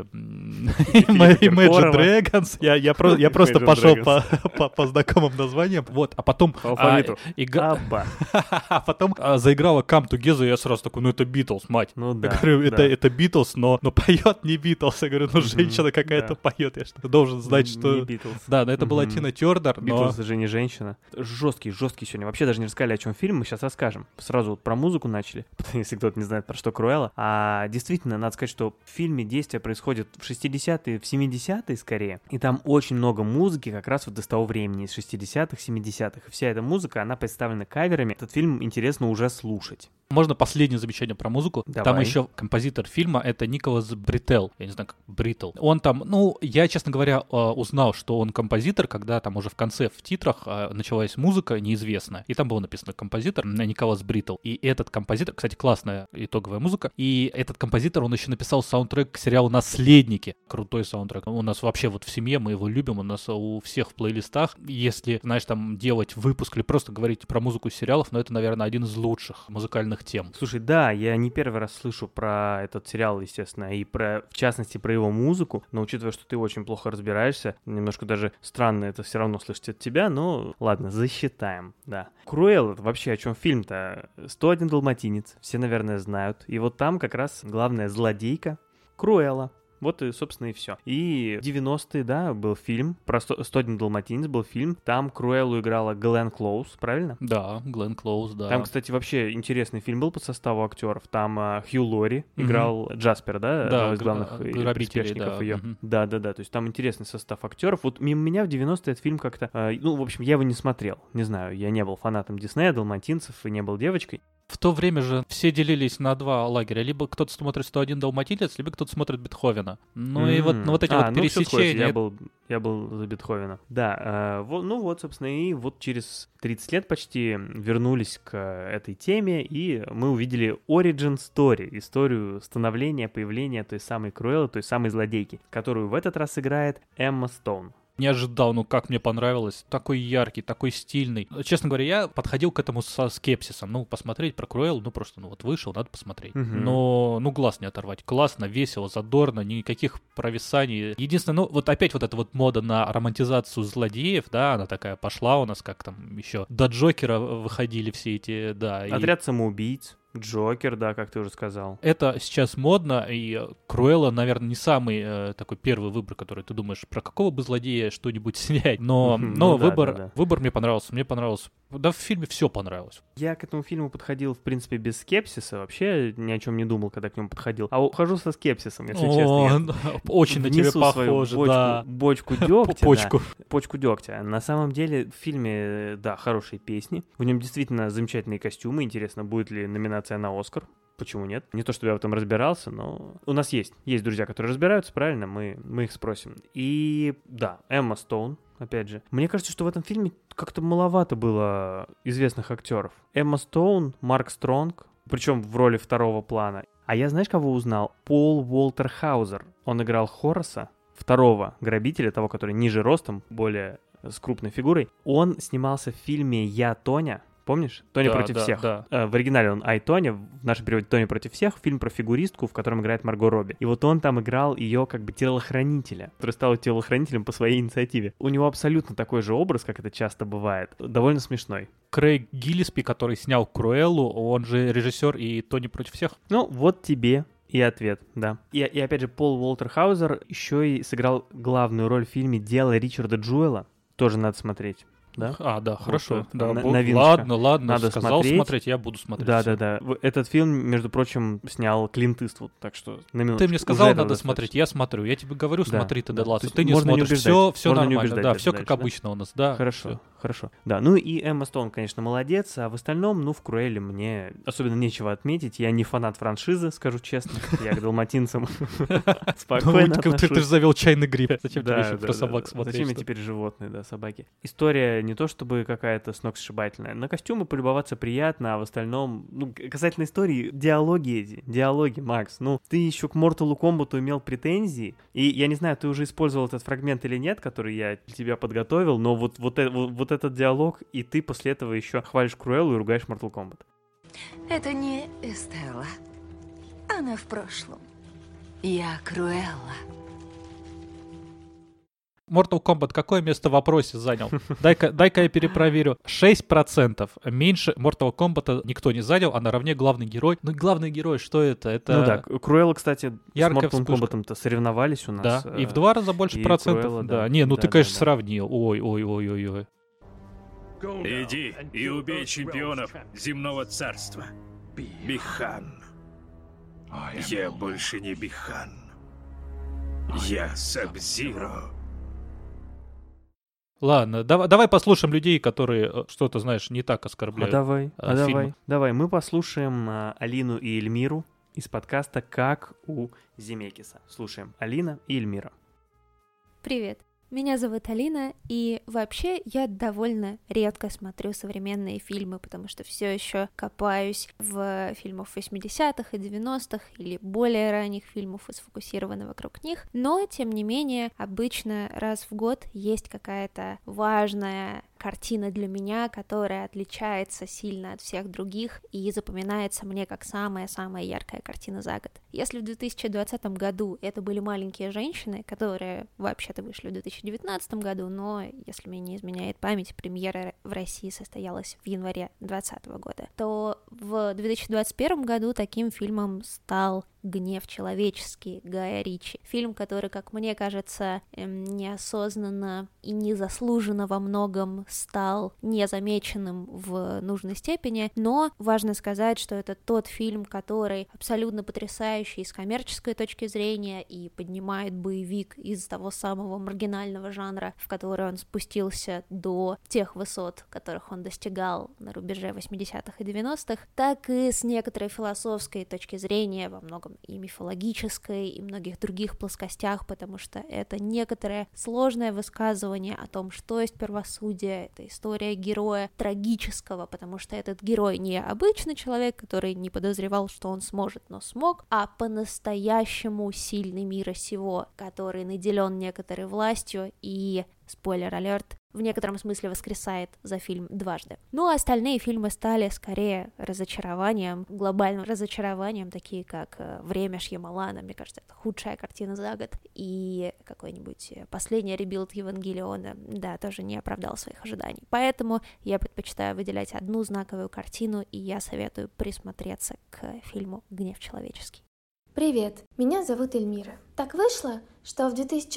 [SPEAKER 1] Imagine Dragons. Я просто пошел по знакомым названиям. Вот, а потом...
[SPEAKER 2] По алфавиту.
[SPEAKER 1] Абба. А потом заиграла Come Together, и я сразу такой, это Битлз, мать.
[SPEAKER 2] Ну да.
[SPEAKER 1] Я говорю, это Битлз, но поет не Битлз. Я говорю, женщина какая-то поет. Я что, должен знать, что...
[SPEAKER 2] Не Битлз.
[SPEAKER 1] Да, но это была Тина Тернер, но...
[SPEAKER 2] Битлз же не женщина. Жесткий сегодня. Вообще даже не рассказали, о чем фильм, мы сейчас расскажем. Сразу вот про музыку начали, если кто-то не знает, про что Круэлла. А действительно, надо сказать, что в фильме действие происходит в 60-е, в 70-е скорее. И там очень много музыки как раз вот из того времени, из 60-х, 70-х. И вся эта музыка, она представлена каверами. Этот фильм интересно уже слушать.
[SPEAKER 1] Можно последнее замечание про музыку?
[SPEAKER 2] Давай.
[SPEAKER 1] Там еще композитор фильма — это Николас Бриттл. Я не знаю, как Бриттл. Он там, я, честно говоря, узнал, что он композитор, когда там уже в конце в титрах началась музыка неизвестная. И там было написано композитор Николас Бриттл. И этот композитор, кстати, классная итоговая музыка. И этот композитор, он еще написал саундтрек к сериалу «Наследники». Крутой саундтрек. У нас вообще вот в семье мы его любим. У нас у всех в плейлистах. Если, знаешь, там делать выпуск или просто говорить про музыку сериалов, это, наверное, один из лучших музыкальных тем.
[SPEAKER 2] Слушай, да, я не первый раз слышу про этот сериал, естественно, и в частности, про его музыку, но учитывая, что ты очень плохо разбираешься, немножко даже странно это все равно слышать от тебя, но ладно, засчитаем, да. Круэлла — это вообще о чем фильм-то? 101 далматинец, все, наверное, знают, и вот там как раз главная злодейка Круэлла. Вот и, собственно, и все. И в 90-е, да, был фильм про 101 Далматинец, был фильм. Там Круэллу играла Гленн Клоуз, правильно?
[SPEAKER 1] Да, Гленн Клоуз, да.
[SPEAKER 2] Там, кстати, вообще интересный фильм был по составу актеров. Там Хью Лори играл Джаспер, да?
[SPEAKER 1] Да,
[SPEAKER 2] одного из главных приспешников ее. Да. То есть там интересный состав актеров. Вот мимо меня в 90-е этот фильм как-то... в общем, я его не смотрел. Не знаю, я не был фанатом Диснея, Далматинцев и не был девочкой.
[SPEAKER 1] В то время же все делились на два лагеря. Либо кто-то смотрит 101 Далматинец, либо кто-то смотрит Бетховена. Ну и вот эти вот пересечения...
[SPEAKER 2] Я был за Бетховена. Да, собственно, и вот через 30 лет почти вернулись к этой теме, и мы увидели origin story, историю становления, появления той самой Круэллы, той самой злодейки, которую в этот раз играет Эмма Стоун.
[SPEAKER 1] Не ожидал, как мне понравилось. Такой яркий, такой стильный. Честно говоря, я подходил к этому со скепсисом. Посмотреть про Круэллу, вышел, надо посмотреть. Но, глаз не оторвать. Классно, весело, задорно, никаких провисаний. Единственное, опять вот эта вот мода на романтизацию злодеев, да, она такая пошла у нас, как там еще до Джокера выходили все эти, да.
[SPEAKER 2] Отряд самоубийц. Джокер, да, как ты уже сказал.
[SPEAKER 1] Это сейчас модно, и Круэлла, наверное, не самый такой первый выбор, который ты думаешь, про какого бы злодея что-нибудь снять. Но выбор мне понравился. Да, в фильме все понравилось.
[SPEAKER 2] Я к этому фильму подходил, в принципе, без скепсиса. Вообще ни о чем не думал, когда к нему подходил. А ухожу со скепсисом, если честно.
[SPEAKER 1] Очень на тебя похоже, да.
[SPEAKER 2] Бочку дегтя. Почку дегтя. На самом деле в фильме, да, хорошие песни. В нем действительно замечательные костюмы. Интересно, будет ли номинация на Оскар. Почему нет? Не то, чтобы я в этом разбирался, но у нас есть друзья, которые разбираются, правильно? Мы их спросим. И да, Эмма Стоун, опять же. Мне кажется, что в этом фильме как-то маловато было известных актеров. Эмма Стоун, Марк Стронг, причем в роли второго плана. А я, знаешь, кого узнал? Пол Уолтер Хаузер. Он играл Хораса, второго грабителя, того, который ниже ростом, более с крупной фигурой. Он снимался в фильме «Я, Тоня». Помнишь? «Тоня против всех».
[SPEAKER 1] Да.
[SPEAKER 2] В оригинале он «Ай, Тоня», в нашем переводе «Тоня против всех», фильм про фигуристку, в котором играет Марго Робби. И вот он там играл ее как бы телохранителя, который стал телохранителем по своей инициативе. У него абсолютно такой же образ, как это часто бывает. Довольно смешной.
[SPEAKER 1] Крейг Гиллиспи, который снял Круэллу, он же режиссер и «Тони против всех».
[SPEAKER 2] Ну, вот тебе и ответ, да. И опять же, Пол Уолтер Хаузер еще и сыграл главную роль в фильме «Дело Ричарда Джуэла». Тоже надо смотреть. Да?
[SPEAKER 1] Да, хорошо.
[SPEAKER 2] Да,
[SPEAKER 1] ладно,
[SPEAKER 2] надо
[SPEAKER 1] сказал смотреть, я буду смотреть.
[SPEAKER 2] Да. Этот фильм, между прочим, снял Клинт Иствуд, так что на минуточку.
[SPEAKER 1] Ты мне сказал, надо смотреть, я смотрю. Я тебе говорю, смотри, ты, ладно, ты не смотришь, все нормально, да, все как обычно у нас, да.
[SPEAKER 2] Хорошо. Да, ну и Эмма Стоун, конечно, молодец, а в остальном, в Круэлле мне особенно нечего отметить. Я не фанат франшизы, скажу честно, я к далматинцам спокойно отношусь.
[SPEAKER 1] Ты же завел чайный гриб, зачем тебе еще про собак смотреть?
[SPEAKER 2] Зачем мне теперь животные, да, собаки? История не то чтобы какая-то сногсшибательная. На костюмы полюбоваться приятно, а в остальном, касательно истории, диалоги, Макс. Ты еще к Mortal Kombat имел претензии, и я не знаю, ты уже использовал этот фрагмент или нет, который я для тебя подготовил, но вот этот диалог, и ты после этого еще хвалишь Круэллу и ругаешь Mortal Kombat.
[SPEAKER 8] Это не Эстелла. Она в прошлом. Я Круэлла.
[SPEAKER 1] Mortal Kombat какое место в вопросе занял? Дай-ка я перепроверю. 6%. Меньше Mortal Kombat никто не занял, а наравне главный герой. Главный герой, что это?
[SPEAKER 2] Круэлла, кстати, с
[SPEAKER 1] яркая
[SPEAKER 2] Mortal Kombat-то соревновались у нас.
[SPEAKER 1] Да, и в 2 раза больше процентов.
[SPEAKER 2] Круэлла,
[SPEAKER 1] ты, конечно, сравнил. Ой.
[SPEAKER 9] Иди и убей чемпионов земного царства. Бихан. Я больше не Бихан. Я Саб-Зиро.
[SPEAKER 1] Ладно, давай послушаем людей, которые что-то, знаешь, не так оскорбляют.
[SPEAKER 2] Давай. Мы послушаем Алину и Эльмиру из подкаста «Как у Земекиса». Слушаем Алина и Эльмира.
[SPEAKER 10] Привет. Меня зовут Алина, и вообще я довольно редко смотрю современные фильмы, потому что все еще копаюсь в фильмах 80-х и 90-х или более ранних фильмов и сфокусированы вокруг них, но, тем не менее, обычно раз в год есть какая-то важная картина для меня, которая отличается сильно от всех других и запоминается мне как самая-самая яркая картина за год. Если в 2020 году это были «Маленькие женщины», которые вообще-то вышли в 2019 году, но, если мне не изменяет память, премьера в России состоялась в январе 2020 года, то в 2021 году таким фильмом стал «Гнев человеческий» Гая Ричи. Фильм, который, как мне кажется, неосознанно и незаслуженно во многом стал незамеченным в нужной степени, но важно сказать, что это тот фильм, который абсолютно потрясающий с коммерческой точки зрения и поднимает боевик из того самого маргинального жанра, в который он спустился до тех высот, которых он достигал на рубеже 80-х и 90-х, так и с некоторой философской точки зрения, во многом и мифологической, и многих других плоскостях, потому что это некоторое сложное высказывание о том, что есть правосудие, это история героя трагического, потому что этот герой не обычный человек, который не подозревал, что он сможет, но смог, а по-настоящему сильный мира сего, который наделен некоторой властью и, спойлер-алерт, в некотором смысле воскресает за фильм дважды. Ну, а остальные фильмы стали скорее разочарованием, глобальным разочарованием, такие как «Время Шьямалана», мне кажется, это худшая картина за год, и какой-нибудь последний ребилд Евангелиона, да, тоже не оправдал своих ожиданий. Поэтому я предпочитаю выделять одну знаковую картину, и я советую присмотреться к фильму «Гнев человеческий».
[SPEAKER 11] Привет, меня зовут Эльмира. Так вышло, что в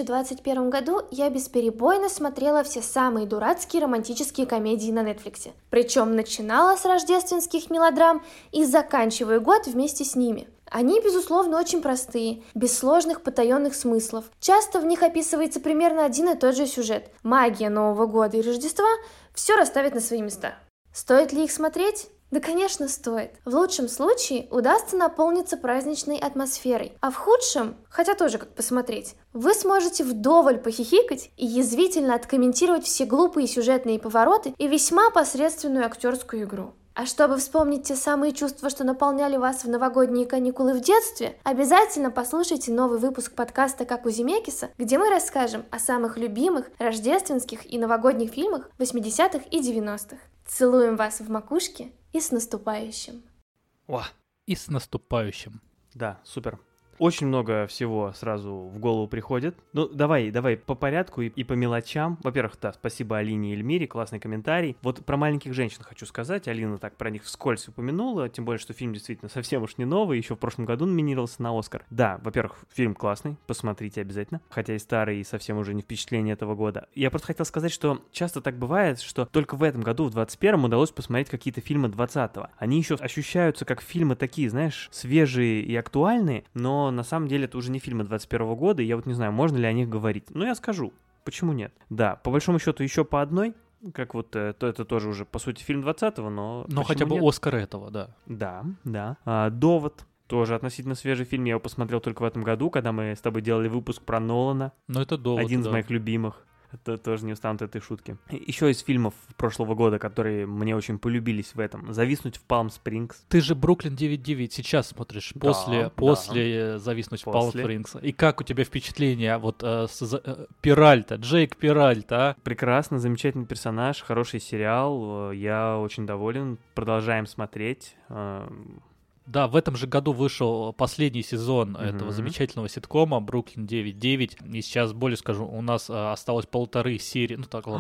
[SPEAKER 11] 2021 году я бесперебойно смотрела все самые дурацкие романтические комедии на Netflix. Причем начинала с рождественских мелодрам и заканчиваю год вместе с ними. Они, безусловно, очень простые, без сложных потаенных смыслов. Часто в них описывается примерно один и тот же сюжет. Магия Нового года и Рождества все расставит на свои места. Стоит ли их смотреть? Да, конечно, стоит. В лучшем случае удастся наполниться праздничной атмосферой, а в худшем, хотя тоже как посмотреть, вы сможете вдоволь похихикать и язвительно откомментировать все глупые сюжетные повороты и весьма посредственную актерскую игру. А чтобы вспомнить те самые чувства, что наполняли вас в новогодние каникулы в детстве, обязательно послушайте новый выпуск подкаста «Как у Земекиса», где мы расскажем о самых любимых рождественских и новогодних фильмах 80-х и 90-х. Целуем вас в макушке и с наступающим.
[SPEAKER 2] О,
[SPEAKER 1] И с наступающим.
[SPEAKER 2] да, супер. Очень много всего сразу в голову приходит. Ну, давай по порядку и по мелочам. Во-первых, да, спасибо Алине и Эльмире, классный комментарий. Вот про «Маленьких женщин» хочу сказать. Алина так про них вскользь упомянула, тем более, что фильм действительно совсем уж не новый, еще в прошлом году номинировался на «Оскар». Да, во-первых, фильм классный, посмотрите обязательно, хотя и старый, и совсем уже не впечатление этого года. Я просто хотел сказать, что часто так бывает, что только в этом году, в 21-м, удалось посмотреть какие-то фильмы 20-го. Они еще ощущаются как фильмы такие, знаешь, свежие и актуальные, но на самом деле это уже не фильмы 21 года, и я вот не знаю, можно ли о них говорить. Но я скажу, почему нет. Да, по большому счету еще по одной, как вот это тоже уже, по сути, фильм 20-го, но
[SPEAKER 1] хотя бы
[SPEAKER 2] нет?
[SPEAKER 1] Оскар этого, да.
[SPEAKER 2] Да. «Довод». Тоже относительно свежий фильм, я его посмотрел только в этом году, когда мы с тобой делали выпуск про Нолана.
[SPEAKER 1] Но это «Довод»,
[SPEAKER 2] один из моих любимых. Это тоже не устану от этой шутки. Еще из фильмов прошлого года, которые мне очень полюбились в этом. «Зависнуть в Палм-Спрингс».
[SPEAKER 1] Ты же «Бруклин 9.9» сейчас смотришь, после «Зависнуть в Палм-Спрингс». И как у тебя впечатление вот Перальта, Джейк Перальта, а?
[SPEAKER 2] Прекрасно, замечательный персонаж, хороший сериал, я очень доволен. Продолжаем смотреть.
[SPEAKER 1] Да, в этом же году вышел последний сезон этого замечательного ситкома «Бруклин 9.9». И сейчас более скажу, у нас осталось 1,5 серии,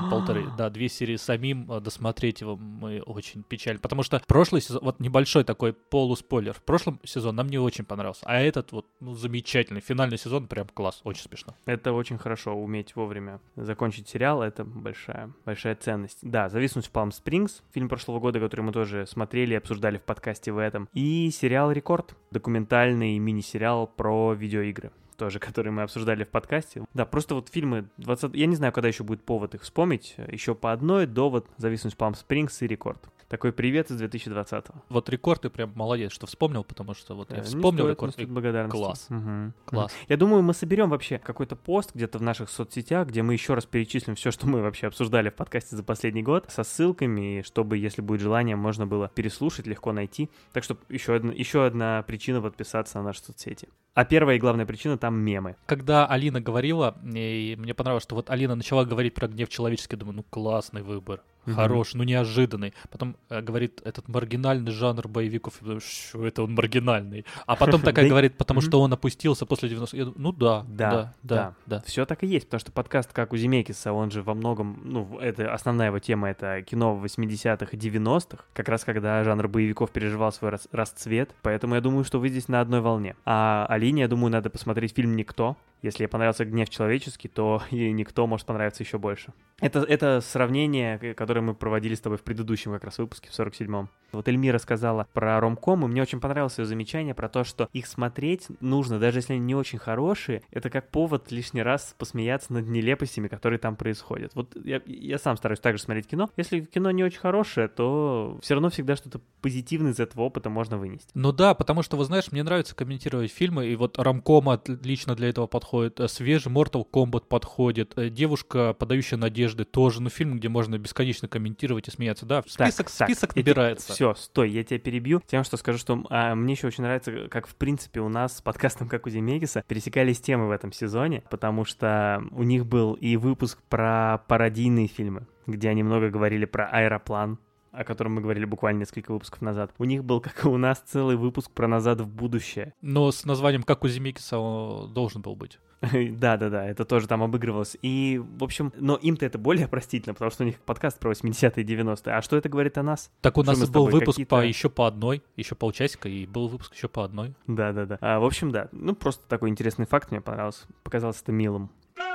[SPEAKER 1] 2 серии самим досмотреть его мы очень печально. Потому что прошлый сезон, вот небольшой такой полуспойлер, в прошлом сезон нам не очень понравился, а этот вот замечательный, финальный сезон прям класс, очень смешно.
[SPEAKER 2] Это очень хорошо, уметь вовремя закончить сериал, это большая ценность. Да, «Зависнуть в Палм-Спрингс», фильм прошлого года, который мы тоже смотрели и обсуждали в подкасте в этом. И сериал «Рекорд», документальный мини-сериал про видеоигры, тоже, который мы обсуждали в подкасте. Да, просто вот фильмы 20... Я не знаю, когда еще будет повод их вспомнить. Еще по одной: «Довод», «Зависнуть в Палм-Спрингс» и «Рекорд». Такой привет из 2020-го.
[SPEAKER 1] Вот «Рекорд» ты прям молодец, что вспомнил, потому что вот я вспомнил «Рекорд».
[SPEAKER 2] Благодарности.
[SPEAKER 1] Класс.
[SPEAKER 2] Я думаю, мы соберем вообще какой-то пост где-то в наших соцсетях, где мы еще раз перечислим все, что мы вообще обсуждали в подкасте за последний год, со ссылками, чтобы, если будет желание, можно было переслушать, легко найти. Так что еще одна причина подписаться на наши соцсети. А первая и главная причина — там мемы.
[SPEAKER 1] Когда Алина говорила, и мне понравилось, что вот Алина начала говорить про «Гнев человеческий», думаю, классный выбор. хороший, ну неожиданный. Потом говорит, этот маргинальный жанр боевиков. Я думаю, что это он маргинальный. А потом такая говорит, потому что он опустился после 90-х. Я думаю, ну да.
[SPEAKER 2] Все так и есть, потому что подкаст, как у Земекиса, он же во многом, ну, это основная его тема, это кино в 80-х и 90-х, как раз когда жанр боевиков переживал свой расцвет. Поэтому я думаю, что вы здесь на одной волне. А Алине, я думаю, надо посмотреть фильм «Никто». Если ей понравился «Гнев человеческий», то и «Никто» может понравиться еще больше. Это сравнение, которое мы проводили с тобой в предыдущем как раз выпуске, в 47-м. Вот Эльмира сказала про ромкомы, мне очень понравилось ее замечание про то, что их смотреть нужно, даже если они не очень хорошие, это как повод лишний раз посмеяться над нелепостями, которые там происходят. Вот я сам стараюсь также смотреть кино. Если кино не очень хорошее, то все равно всегда что-то позитивное из этого опыта можно вынести.
[SPEAKER 1] Ну да, потому что, вы знаешь, мне нравится комментировать фильмы, и вот ромком отлично для этого подходит, свежий Mortal Kombat подходит, девушка, подающая надежды, тоже, ну фильм, где можно бесконечно комментировать и смеяться, да, список набирается.
[SPEAKER 2] Все, стой, я тебя перебью тем, что скажу, что мне еще очень нравится, как в принципе у нас с подкастом «Как у Земекиса» пересекались темы в этом сезоне, потому что у них был и выпуск про пародийные фильмы, где они много говорили про «Аэроплан», о котором мы говорили буквально несколько выпусков назад. У них был, как и у нас, целый выпуск про «Назад в будущее».
[SPEAKER 1] Но с названием «Как у Земекиса» он должен был быть.
[SPEAKER 2] Да, это тоже там обыгрывалось. И, в общем, но им-то это более простительно, потому что у них подкаст про 80-е и 90-е. А что это говорит о нас?
[SPEAKER 1] Так у нас был выпуск еще по одной, еще полчасика, и был выпуск еще по одной.
[SPEAKER 2] Да. В общем, да. Ну, просто такой интересный факт мне понравился. Показалось это милым.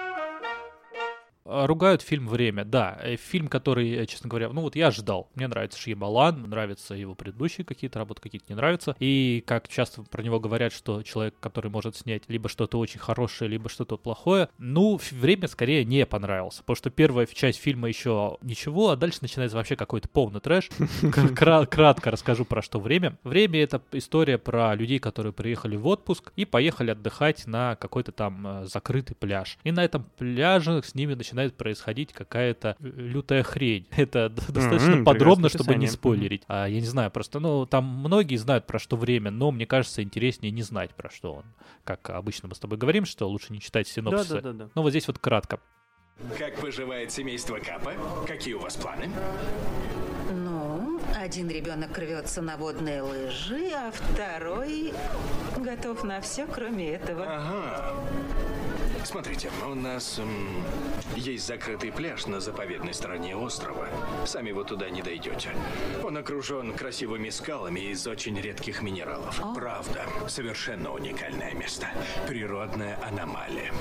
[SPEAKER 1] Ругают фильм «Время», да. Фильм, который, честно говоря, ну вот я ожидал. Мне нравится Шьямалан, нравятся его предыдущие какие-то работы, какие-то не нравятся. И как часто про него говорят, что человек, который может снять либо что-то очень хорошее, либо что-то плохое, ну, «Время» скорее не понравился. Потому что первая часть фильма еще ничего, а дальше начинается вообще какой-то полный трэш. Кратко расскажу, про что «Время». «Время» — это история про людей, которые приехали в отпуск и поехали отдыхать на какой-то там закрытый пляж. И на этом пляже с ними начинает происходить какая-то лютая хрень. Это достаточно подробно, чтобы не спойлерить. Я не знаю, просто, ну, там многие знают, про что «Время», но мне кажется, интереснее не знать, про что он. Как обычно мы с тобой говорим, что лучше не читать синопсисы.
[SPEAKER 2] Да.
[SPEAKER 1] Но вот здесь вот кратко.
[SPEAKER 9] Как поживает семейство Капа? Какие у вас планы?
[SPEAKER 8] Ну, один ребенок рвется на водные лыжи, а второй готов на все, кроме этого.
[SPEAKER 9] Ага. Смотрите, у нас есть закрытый пляж на заповедной стороне острова. Сами вы туда не дойдете. Он окружен красивыми скалами из очень редких минералов. Правда, совершенно уникальное место. Природная аномалия.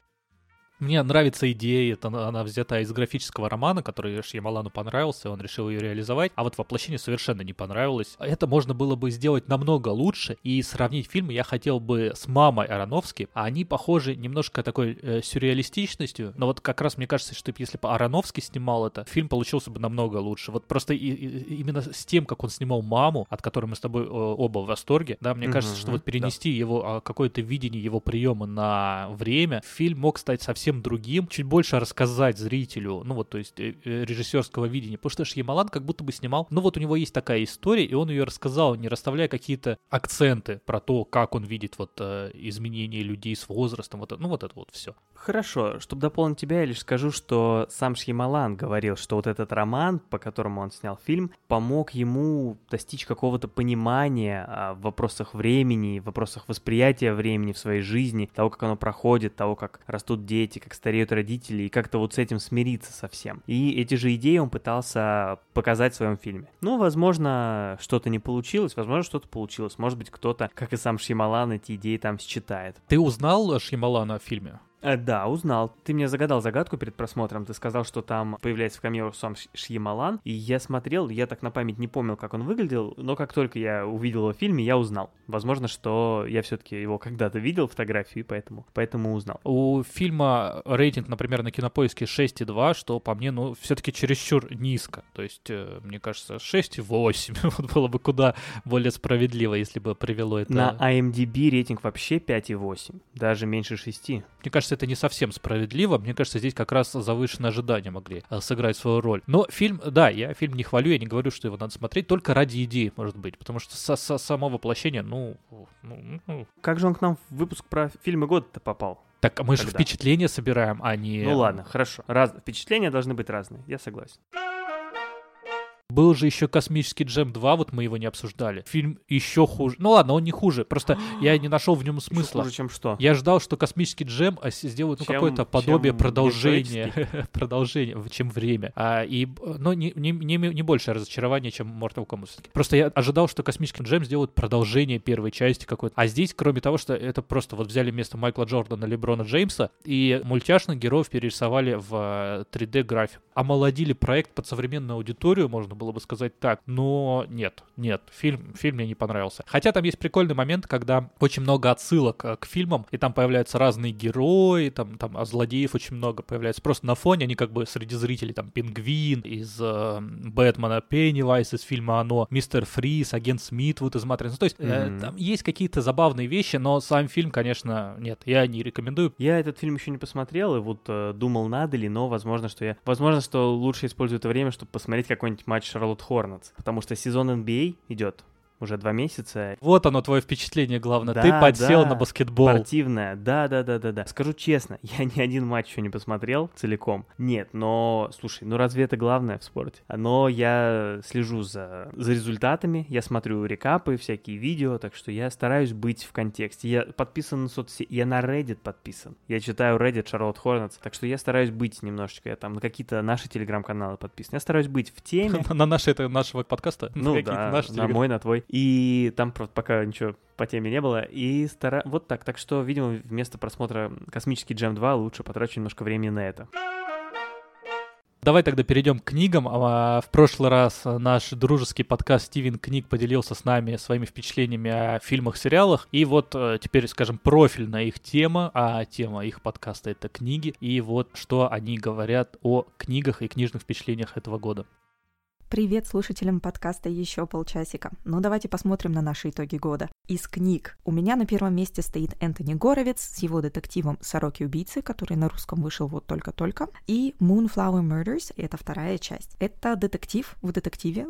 [SPEAKER 1] Мне нравится идея, она взята из графического романа, который Шьямалану понравился, он решил ее реализовать, а вот воплощение совершенно не понравилось. Это можно было бы сделать намного лучше, и сравнить фильмы я хотел бы с «Мамой» Аронофски, а они похожи немножко такой сюрреалистичностью, но вот как раз мне кажется, что если бы Аронофски снимал это, фильм получился бы намного лучше. Вот просто именно с тем, как он снимал «Маму», от которой мы с тобой оба в восторге, да, мне кажется, что вот перенести его, какое-то видение его приема на «Время», фильм мог стать совсем другим, чуть больше рассказать зрителю, ну вот, то есть режиссерского видения, потому что Шьямалан как будто бы снимал, ну вот у него есть такая история, и он ее рассказал, не расставляя какие-то акценты про то, как он видит вот изменения людей с возрастом, вот, ну вот это вот все.
[SPEAKER 2] Хорошо, чтобы дополнить тебя, я лишь скажу, что сам Шьямалан говорил, что вот этот роман, по которому он снял фильм, помог ему достичь какого-то понимания в вопросах времени, в вопросах восприятия времени в своей жизни, того, как оно проходит, того, как растут дети, как стареют родители, и как-то вот с этим смириться совсем. И эти же идеи он пытался показать в своем фильме. Ну, возможно, что-то не получилось, возможно, что-то получилось. Может быть, кто-то, как и сам Шьямалан, эти идеи там считает.
[SPEAKER 1] Ты узнал Шьямалана в фильме?
[SPEAKER 2] Да, узнал. Ты мне загадал загадку перед просмотром. Ты сказал, что там появляется в камео сам Шьямалан. И я смотрел, я так на память не помнил, как он выглядел, но как только я увидел его в фильме, я узнал. Возможно, что я все-таки его когда-то видел, фотографию, поэтому узнал.
[SPEAKER 1] У фильма рейтинг, например, на Кинопоиске 6,2, что по мне, ну, все-таки чересчур низко. То есть, мне кажется, 6,8 вот было бы куда более справедливо, если бы привело это...
[SPEAKER 2] На IMDb рейтинг вообще 5,8, даже меньше 6.
[SPEAKER 1] Мне кажется, это не совсем справедливо. Мне кажется, здесь как раз завышенные ожидания могли сыграть свою роль. Но фильм, да, я фильм не хвалю, я не говорю, что его надо смотреть, только ради идеи, может быть. Потому что само воплощение,
[SPEAKER 2] Как же он к нам в выпуск про фильмы года-то попал?
[SPEAKER 1] Так мы же впечатления собираем, а не...
[SPEAKER 2] Ну ладно, хорошо. Впечатления должны быть разные, я согласен.
[SPEAKER 1] Был же еще «Космический Джем 2», вот мы его не обсуждали. Фильм еще хуже. Ну ладно, он не хуже, просто я не нашел в нем смысла.
[SPEAKER 2] Хуже, чем что?
[SPEAKER 1] Я ждал, что «Космический Джем» сделают какое-то подобие продолжения, чем «Время». Но не большее разочарование, чем Mortal Kombat все-таки. Просто я ожидал, что «Космический Джем» сделают продолжение первой части какой-то. А здесь, кроме того, что это просто вот взяли вместо Майкла Джордана Леброна Джеймса и мультяшных героев перерисовали в 3D-графику. Омолодили проект под современную аудиторию, можно было бы сказать так, но нет, фильм мне не понравился. Хотя там есть прикольный момент, когда очень много отсылок к фильмам, и там появляются разные герои, там злодеев очень много появляется. Просто на фоне они как бы среди зрителей, там, Пингвин из Бэтмена, Пеннивайз из фильма «Оно», Мистер Фриз, агент Смит вот из «Матрицы». То есть там есть какие-то забавные вещи, но сам фильм, конечно, нет, я не рекомендую.
[SPEAKER 2] Я этот фильм еще не посмотрел, и вот думал, надо ли, но возможно, что лучше использую это время, чтобы посмотреть какой-нибудь матч Шарлотт Хорнетс, потому что сезон NBA идет уже 2 месяца.
[SPEAKER 1] Вот оно, твое впечатление главное. Да, ты подсел на баскетбол.
[SPEAKER 2] Спортивное, да. Скажу честно, я ни один матч еще не посмотрел целиком. Нет, но, слушай, разве это главное в спорте? Но я слежу за результатами, я смотрю рекапы, всякие видео, так что я стараюсь быть в контексте. Я подписан на соцсети, я на Reddit подписан. Я читаю Reddit Шарлотт Хорнетс, так что я стараюсь быть немножечко, я там на какие-то наши телеграм-каналы подписан. Я стараюсь быть в теме.
[SPEAKER 1] На нашего подкаста?
[SPEAKER 2] Ну да, на мой, на твой. И там пока ничего по теме не было. И вот так. Так что, видимо, вместо просмотра «Космический Джем 2» лучше потрачу немножко времени на это.
[SPEAKER 1] Давай тогда перейдем к книгам. В прошлый раз наш дружеский подкаст «Стивен Книг» поделился с нами своими впечатлениями о фильмах, сериалах. И вот теперь, скажем, профильная их тема, а тема их подкаста — это книги. И вот что они говорят о книгах и книжных впечатлениях этого года.
[SPEAKER 12] Привет слушателям подкаста «Еще полчасика». Ну, давайте посмотрим на наши итоги года. Из книг. У меня на первом месте стоит Энтони Горовиц с его детективом «Сороки-убийцы», который на русском вышел вот только-только, и Moonflower Murders, это 2-я часть. Это детектив в детективе,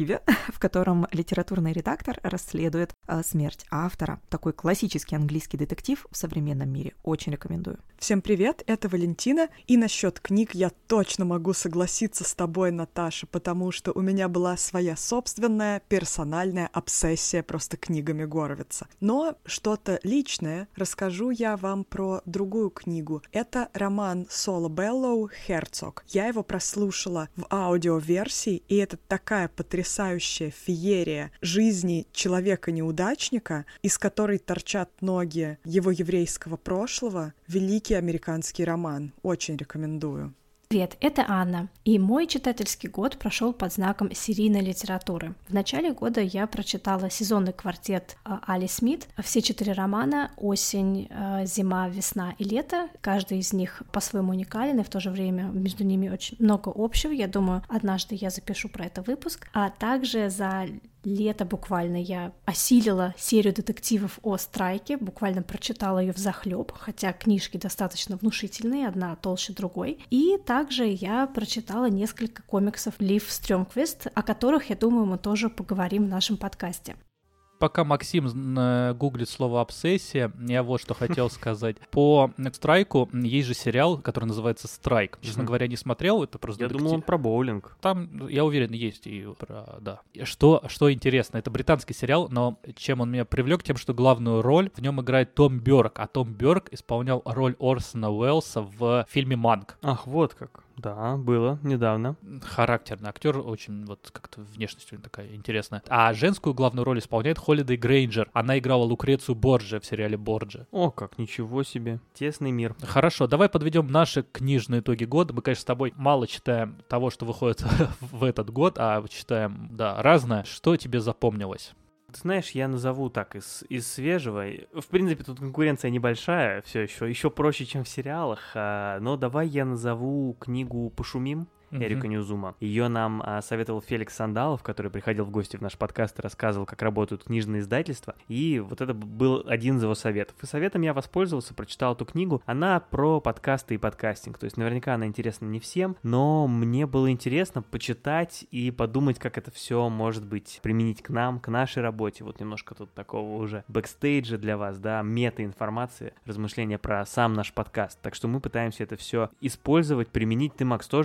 [SPEAKER 12] в котором литературный редактор расследует смерть автора. Такой классический английский детектив в современном мире. Очень рекомендую.
[SPEAKER 13] Всем привет, это Валентина. И насчет книг я точно могу согласиться с тобой, Наташа, потому что у меня была своя собственная персональная обсессия просто книгами Горовица. Но что-то личное расскажу я вам про другую книгу. Это роман Соло Беллоу «Херцог». Я его прослушала в аудиоверсии, и это такая потрясающая феерия жизни человека-неудачника, из которой торчат ноги его еврейского прошлого. Великий американский роман. Очень рекомендую.
[SPEAKER 14] Привет, это Анна, и мой читательский год прошел под знаком серийной литературы. В начале года я прочитала сезонный квартет Али Смит, все 4 романа «Осень», «Зима», «Весна» и «Лето». Каждый из них по-своему уникален, и в то же время между ними очень много общего. Я думаю, однажды я запишу про это выпуск. А также за лето буквально я осилила серию детективов о страйке, буквально прочитала ее взахлеб, хотя книжки достаточно внушительные, одна толще другой. И также я прочитала несколько комиксов Лив Стрёмквист, о которых, я думаю, мы тоже поговорим в нашем подкасте.
[SPEAKER 1] Пока Максим гуглит слово «обсессия», я вот что хотел сказать. По «Страйку» есть же сериал, который называется «Страйк». Честно говоря, не смотрел, это просто
[SPEAKER 2] Я думал, он про боулинг.
[SPEAKER 1] Там, я уверен, есть и про... Да. Что интересно, это британский сериал, но чем он меня привлек? Тем, что главную роль в нем играет Том Бёрк, а Том Бёрк исполнял роль Орсона Уэллса в фильме «Манк».
[SPEAKER 2] Ах, вот как. Да, было недавно.
[SPEAKER 1] Характерный актер, очень вот как-то внешность у него такая интересная. А женскую главную роль исполняет Холидей Грейнджер. Она играла Лукрецию Борджиа в сериале «Борджиа».
[SPEAKER 2] О, как, ничего себе. Тесный мир.
[SPEAKER 1] Хорошо, давай подведем наши книжные итоги года. Мы, конечно, с тобой мало читаем того, что выходит в этот год, а читаем, да, разное. Что тебе запомнилось?
[SPEAKER 2] Ты знаешь, я назову так из свежего. В принципе, тут конкуренция небольшая, все еще проще, чем в сериалах. Но давай я назову книгу «Пошумим» Эрика Ньюзума. Ее нам советовал Феликс Сандалов, который приходил в гости в наш подкаст и рассказывал, как работают книжные издательства. И вот это был один из его советов. И советом я воспользовался, прочитал эту книгу. Она про подкасты и подкастинг. То есть наверняка она интересна не всем, но мне было интересно почитать и подумать, как это все может быть применить к нам, к нашей работе. Вот немножко тут такого уже бэкстейджа для вас, да, мета-информации, размышления про сам наш подкаст. Так что мы пытаемся это все использовать, применить. Ты, Макс, тоже ее читал.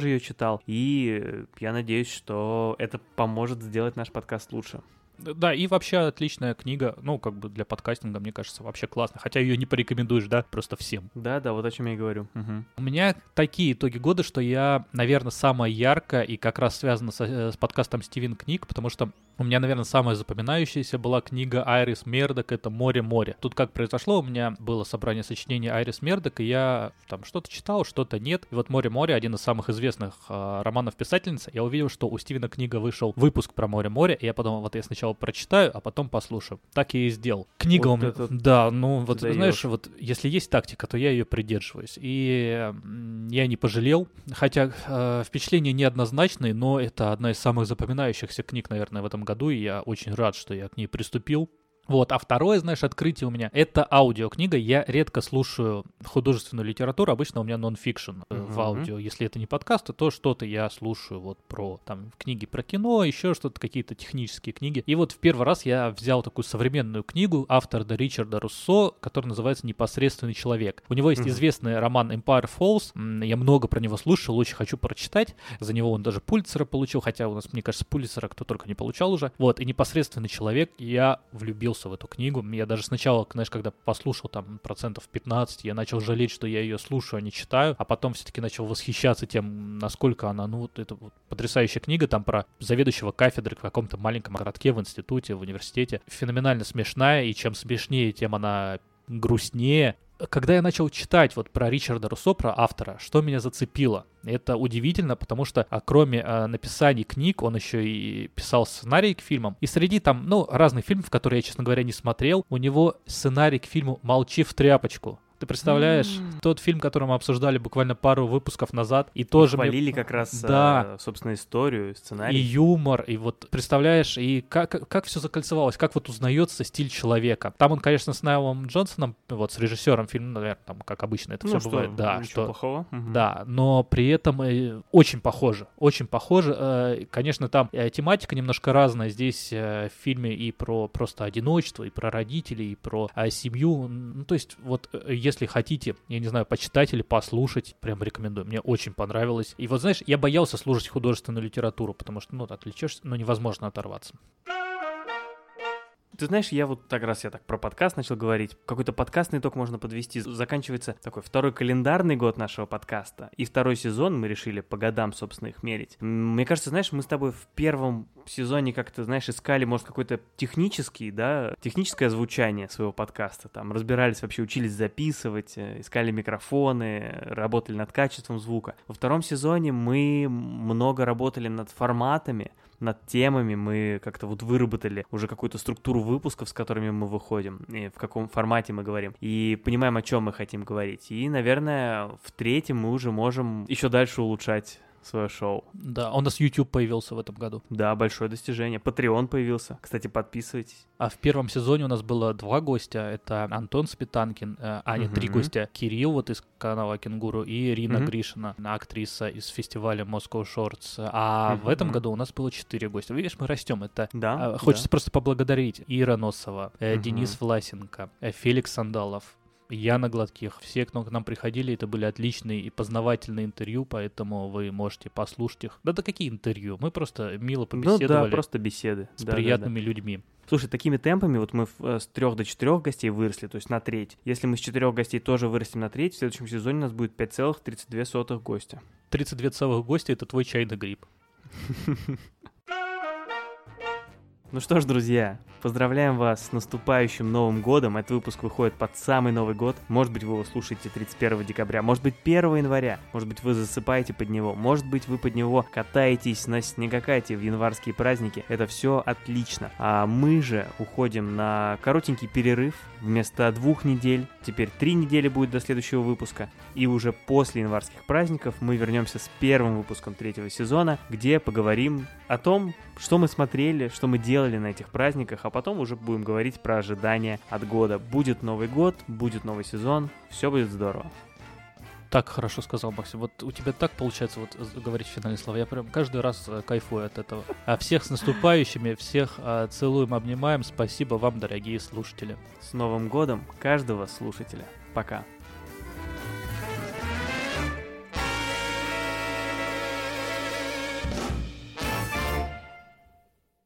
[SPEAKER 2] прочитал. И я надеюсь, что это поможет сделать наш подкаст лучше.
[SPEAKER 1] Да, и вообще отличная книга, ну, как бы для подкастинга, мне кажется, вообще классно. Хотя ее не порекомендуешь, да, просто всем.
[SPEAKER 2] Да, вот о чем я и говорю. Угу.
[SPEAKER 1] У меня такие итоги года, что я, наверное, самая яркая и как раз связана с подкастом Стивен Книг, потому что у меня, наверное, самая запоминающаяся была книга Айрис Мердок, это «Море-море». Тут как произошло, у меня было собрание сочинений Айрис Мердок, и я там что-то читал, что-то нет. И вот «Море-море» один из самых известных романов писательницы. Я увидел, что у Стивена Книга вышел выпуск про «Море-море», и я подумал, вот я сначала прочитаю, а потом послушаю. Так я и сделал. Книга
[SPEAKER 2] вот
[SPEAKER 1] у меня... Да, ну вот, знаешь, вот если есть тактика, то я ее придерживаюсь. И я не пожалел, хотя впечатления неоднозначные, но это одна из самых запоминающихся книг, наверное, в этом году, и я очень рад, что я к ней приступил. Вот, а второе, знаешь, открытие у меня — это аудиокнига. Я редко слушаю художественную литературу, обычно у меня нон-фикшн в аудио. Если это не подкасты, то что-то я слушаю вот про, там, книги про кино, еще что-то, какие-то технические книги. И вот в первый раз я взял такую современную книгу автора Ричарда Руссо, которая называется «Непосредственный человек». У него есть известный роман «Empire Falls». Я много про него слушал, очень хочу прочитать. За него он даже Пулитцера получил, хотя у нас, мне кажется, Пулитцера кто только не получал уже. Вот, и «Непосредственный человек», я влюбился в эту книгу. Я даже сначала, знаешь, когда послушал там 15%, я начал жалеть, что я ее слушаю, а не читаю, а потом все-таки начал восхищаться тем, насколько она, ну, вот это вот потрясающая книга там про заведующего кафедры в каком-то маленьком городке, в институте, в университете. Феноменально смешная, и чем смешнее, тем она грустнее. Когда я начал читать вот про Ричарда Руссо, про автора, что меня зацепило? Это удивительно, потому что кроме написания книг, он еще и писал сценарий к фильмам. И среди там, ну, разных фильмов, которые я, честно говоря, не смотрел, у него сценарий к фильму «Молчи в тряпочку». Ты представляешь, тот фильм, который мы обсуждали буквально пару выпусков назад, и тоже
[SPEAKER 2] хвалили как раз, собственно, историю, сценарий.
[SPEAKER 1] И юмор, и вот, представляешь, и как все закольцевалось, как вот узнается стиль человека. Там он, конечно, с Найлом Джонсоном, вот, с режиссером фильма, наверное, там, как обычно это все бывает. Да,
[SPEAKER 2] ничего плохого.
[SPEAKER 1] Да, но при этом очень похоже, очень похоже. Конечно, там тематика немножко разная. Здесь в фильме и про просто одиночество, и про родителей, и про семью. Ну, то есть, вот, если хотите, я не знаю, почитать или послушать, прям рекомендую. Мне очень понравилось. И вот, знаешь, я боялся слушать художественную литературу, потому что, ну, отвлечешься, но невозможно оторваться.
[SPEAKER 2] Ты знаешь, я так про подкаст начал говорить. Какой-то подкастный итог можно подвести. Заканчивается такой второй календарный год нашего подкаста. И второй сезон мы решили по годам, собственно, их мерить. Мне кажется, знаешь, мы с тобой в первом сезоне как-то, знаешь, искали, может, какой-то техническое звучание своего подкаста. Там разбирались вообще, учились записывать, искали микрофоны, работали над качеством звука. Во втором сезоне мы много работали над форматами, над темами, мы как-то вот выработали уже какую-то структуру выпусков, с которыми мы выходим, и в каком формате мы говорим, и понимаем, о чем мы хотим говорить. И, наверное, в третьем мы уже можем еще дальше улучшать свое шоу.
[SPEAKER 1] Да, у нас YouTube появился в этом году.
[SPEAKER 2] Да, большое достижение. Patreon появился. Кстати, подписывайтесь.
[SPEAKER 1] А в первом сезоне у нас было 2 гостя. Это Антон Сметанкин, 3 гостя. Кирилл вот из канала «Кенгуру» и Ирина Гришина, актриса из фестиваля Moscow Shorts. А в этом году у нас было 4 гостя. Видишь, мы растем. Это хочется просто поблагодарить Ира Носова, Денис Власенко, Феликс Сандалов, Яна Гладких. Все, кто к нам приходили, это были отличные и познавательные интервью, поэтому вы можете послушать их. Да какие интервью? Мы просто мило побеседовали.
[SPEAKER 2] Ну да, просто беседы.
[SPEAKER 1] С приятными людьми.
[SPEAKER 2] Слушай, такими темпами вот мы с 3 до 4 гостей выросли, то есть на треть. Если мы с 4 гостей тоже вырастем на треть, в следующем сезоне у нас будет 5,32 гостя.
[SPEAKER 1] 32 целых гостя — это твой чайный гриб.
[SPEAKER 2] Ну что ж, друзья, поздравляем вас с наступающим Новым годом. Этот выпуск выходит под самый Новый год. Может быть, вы его слушаете 31 декабря, может быть, 1 января, может быть, вы засыпаете под него, может быть, вы под него катаетесь на снегокате в январские праздники. Это все отлично. А мы же уходим на коротенький перерыв. Вместо 2 недель, теперь 3 недели будет до следующего выпуска. И уже после январских праздников мы вернемся с первым выпуском 3-го сезона, где поговорим о том, что мы смотрели, что мы делали на этих праздниках, а потом уже будем говорить про ожидания от года. Будет Новый год, будет новый сезон, все будет здорово.
[SPEAKER 1] Так хорошо сказал, Максим. Вот у тебя так получается вот говорить финальные слова. Я прям каждый раз кайфую от этого. А всех с наступающими, всех целуем, обнимаем. Спасибо вам, дорогие слушатели.
[SPEAKER 2] С Новым годом каждого слушателя. Пока.